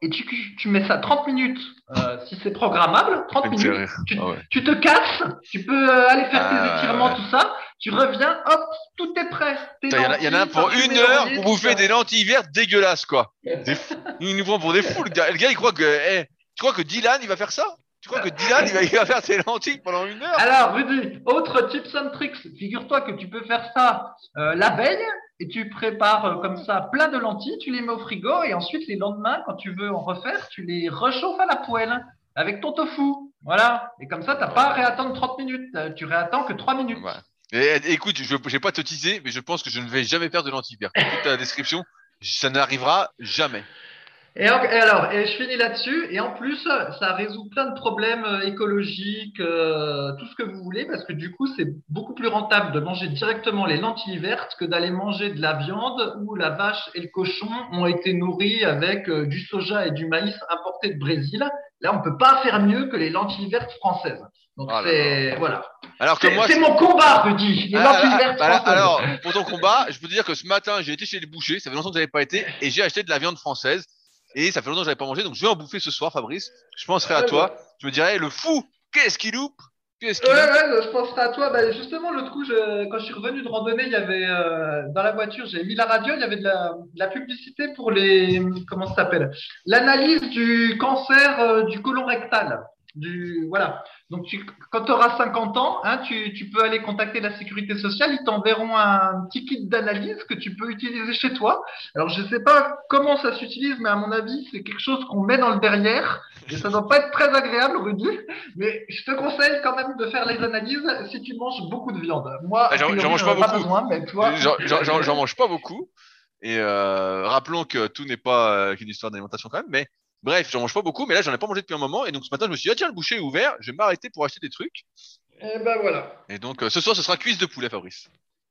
et tu, tu mets ça trente minutes, euh, si c'est programmable, Ça trente me fait minutes, rire. tu, Ah ouais. tu te casses, tu peux euh, aller faire tes Ah ouais, étirements, ouais. tout ça, tu reviens, hop, tout est prêt. Tes Putain, Il y en a, il y en a un lentilles, pour une parfumées heure laurier, pour tout bouffer ça. des lentilles vertes dégueulasses, quoi. Des fous. Il nous prend pour des fous, le gars. Le gars, il croit que, eh, tu crois que Dylan, il va faire ça? Tu crois que Dylan, il va, il va faire ses lentilles pendant une heure? Alors, Rudy, autre tips and tricks. Figure-toi que tu peux faire ça euh, la veille et tu prépares euh, comme ça plein de lentilles, tu les mets au frigo et ensuite les lendemains, quand tu veux en refaire, tu les réchauffes à la poêle avec ton tofu. Voilà. Et comme ça, tu n'as pas à Ouais, réattendre trente minutes. Euh, Tu réattends que trois minutes. ouais. Et, et, écoute, je, je vais pas te teaser, mais je pense que je ne vais jamais faire de lentilles vertes. Écoute ta description, ça n'arrivera jamais. Et, en- et alors, et je finis là-dessus. Et en plus, ça résout plein de problèmes euh, écologiques, euh, tout ce que vous voulez, parce que du coup, c'est beaucoup plus rentable de manger directement les lentilles vertes que d'aller manger de la viande où la vache et le cochon ont été nourris avec euh, du soja et du maïs importés de Brésil. Là, on peut pas faire mieux que les lentilles vertes françaises. Donc Oh là là. c'est voilà. Alors que C'est moi, c'est c'est- mon combat, Rudy, les Ah, lentilles ah, vertes ah, ah, françaises. alors, pour ton combat, je peux te dire que ce matin, j'ai été chez les bouchers, ça fait longtemps que j'avais pas été, et j'ai acheté de la viande française, et ça fait longtemps que j'avais pas mangé, donc je vais en bouffer ce soir, Fabrice. Je penserai à Ouais, toi. Je me dirais, le fou, qu'est-ce qu'il loupe? Qu'est-ce Ouais, qu'il loupe? ouais, je penserai à toi. Bah, justement, l'autre coup, je- quand je suis revenu de randonnée, il y avait euh, dans la voiture, j'ai mis la radio, il y avait de la, de la publicité pour les, comment ça s'appelle? L'analyse du cancer euh, du côlon rectal. Du, voilà. Donc, tu, quand tu auras cinquante ans, hein, tu, tu peux aller contacter la sécurité sociale. Ils t'enverront un petit kit d'analyse que tu peux utiliser chez toi. Alors, je sais pas comment ça s'utilise, mais à mon avis, c'est quelque chose qu'on met dans le derrière. Et ça doit pas être très agréable, Rudy. Mais je te conseille quand même de faire les analyses si tu manges beaucoup de viande. Moi, Ah, a J'en j'en priori, mange j'en pas ai pas beaucoup. besoin, mais toi. J'en j'en- j'en- j'en mange pas beaucoup. Et euh, rappelons que tout n'est pas euh, qu'une histoire d'alimentation quand même. Mais bref, j'en mange pas beaucoup. Mais là, j'en ai pas mangé depuis un moment. Et donc ce matin, je me suis dit, ah tiens, le boucher est ouvert. Je vais m'arrêter pour acheter des trucs. Et ben voilà. Et donc euh, ce soir, ce sera cuisse de poulet, Fabrice.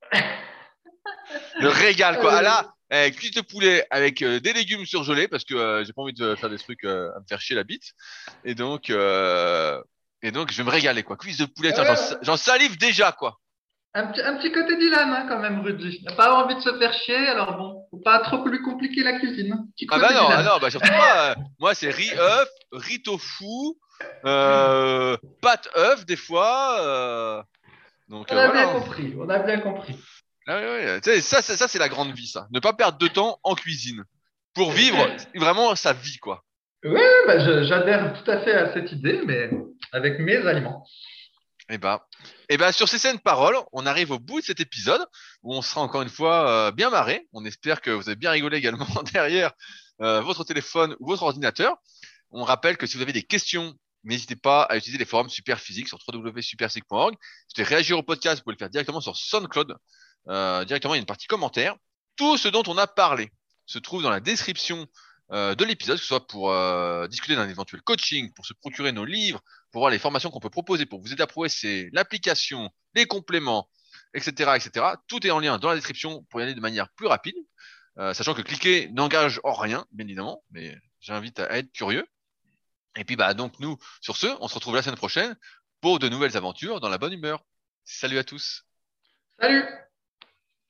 Le régal, quoi. Ah Euh, là, eh, cuisse de poulet avec euh, des légumes surgelés parce que euh, j'ai pas envie de faire des trucs euh, à me faire chier la bite. Et donc, euh, et donc, je vais me régaler, quoi. Cuisse de poulet, ouais, tiens, j'en ouais. sa- j'en salive déjà, quoi. Un petit, un petit côté Dylan, hein, quand même, Rudy. Il n'a pas envie de se faire chier, alors bon, faut pas trop lui compliquer la cuisine. Petit Ah bah côté non, ah Dylan. non, bah surtout pas. euh, moi, c'est riz œuf, riz tofu, euh, pâte œuf des fois. euh, donc On euh, a voilà, bien hein. compris, on a bien compris. Ah ouais, ouais, tu sais, ça, c'est- ça, c'est la grande vie, ça. Ne pas perdre de temps en cuisine pour vivre vraiment sa vie, quoi. Oui, ouais, bah, je- j'adhère tout à fait à cette idée, mais avec mes aliments. Eh ben, eh ben, sur ces saines paroles, on arrive au bout de cet épisode où on sera encore une fois euh, bien marré. On espère que vous avez bien rigolé également derrière euh, votre téléphone ou votre ordinateur. On rappelle que si vous avez des questions, n'hésitez pas à utiliser les forums Superphysique sur w w w point superphysique point org. Si vous voulez réagir au podcast, vous pouvez le faire directement sur SoundCloud. Euh, directement, il y a une partie commentaire. Tout ce dont on a parlé se trouve dans la description euh, de l'épisode, que ce soit pour euh, discuter d'un éventuel coaching, pour se procurer nos livres, pour voir les formations qu'on peut proposer pour vous aider à progresser, l'application, les compléments, et cetera, et cetera. Tout est en lien dans la description pour y aller de manière plus rapide, euh, sachant que cliquer n'engage en rien, bien évidemment, mais j'invite à être curieux. Et puis bah donc nous, sur ce, on se retrouve la semaine prochaine pour de nouvelles aventures dans la bonne humeur. Salut à tous. Salut!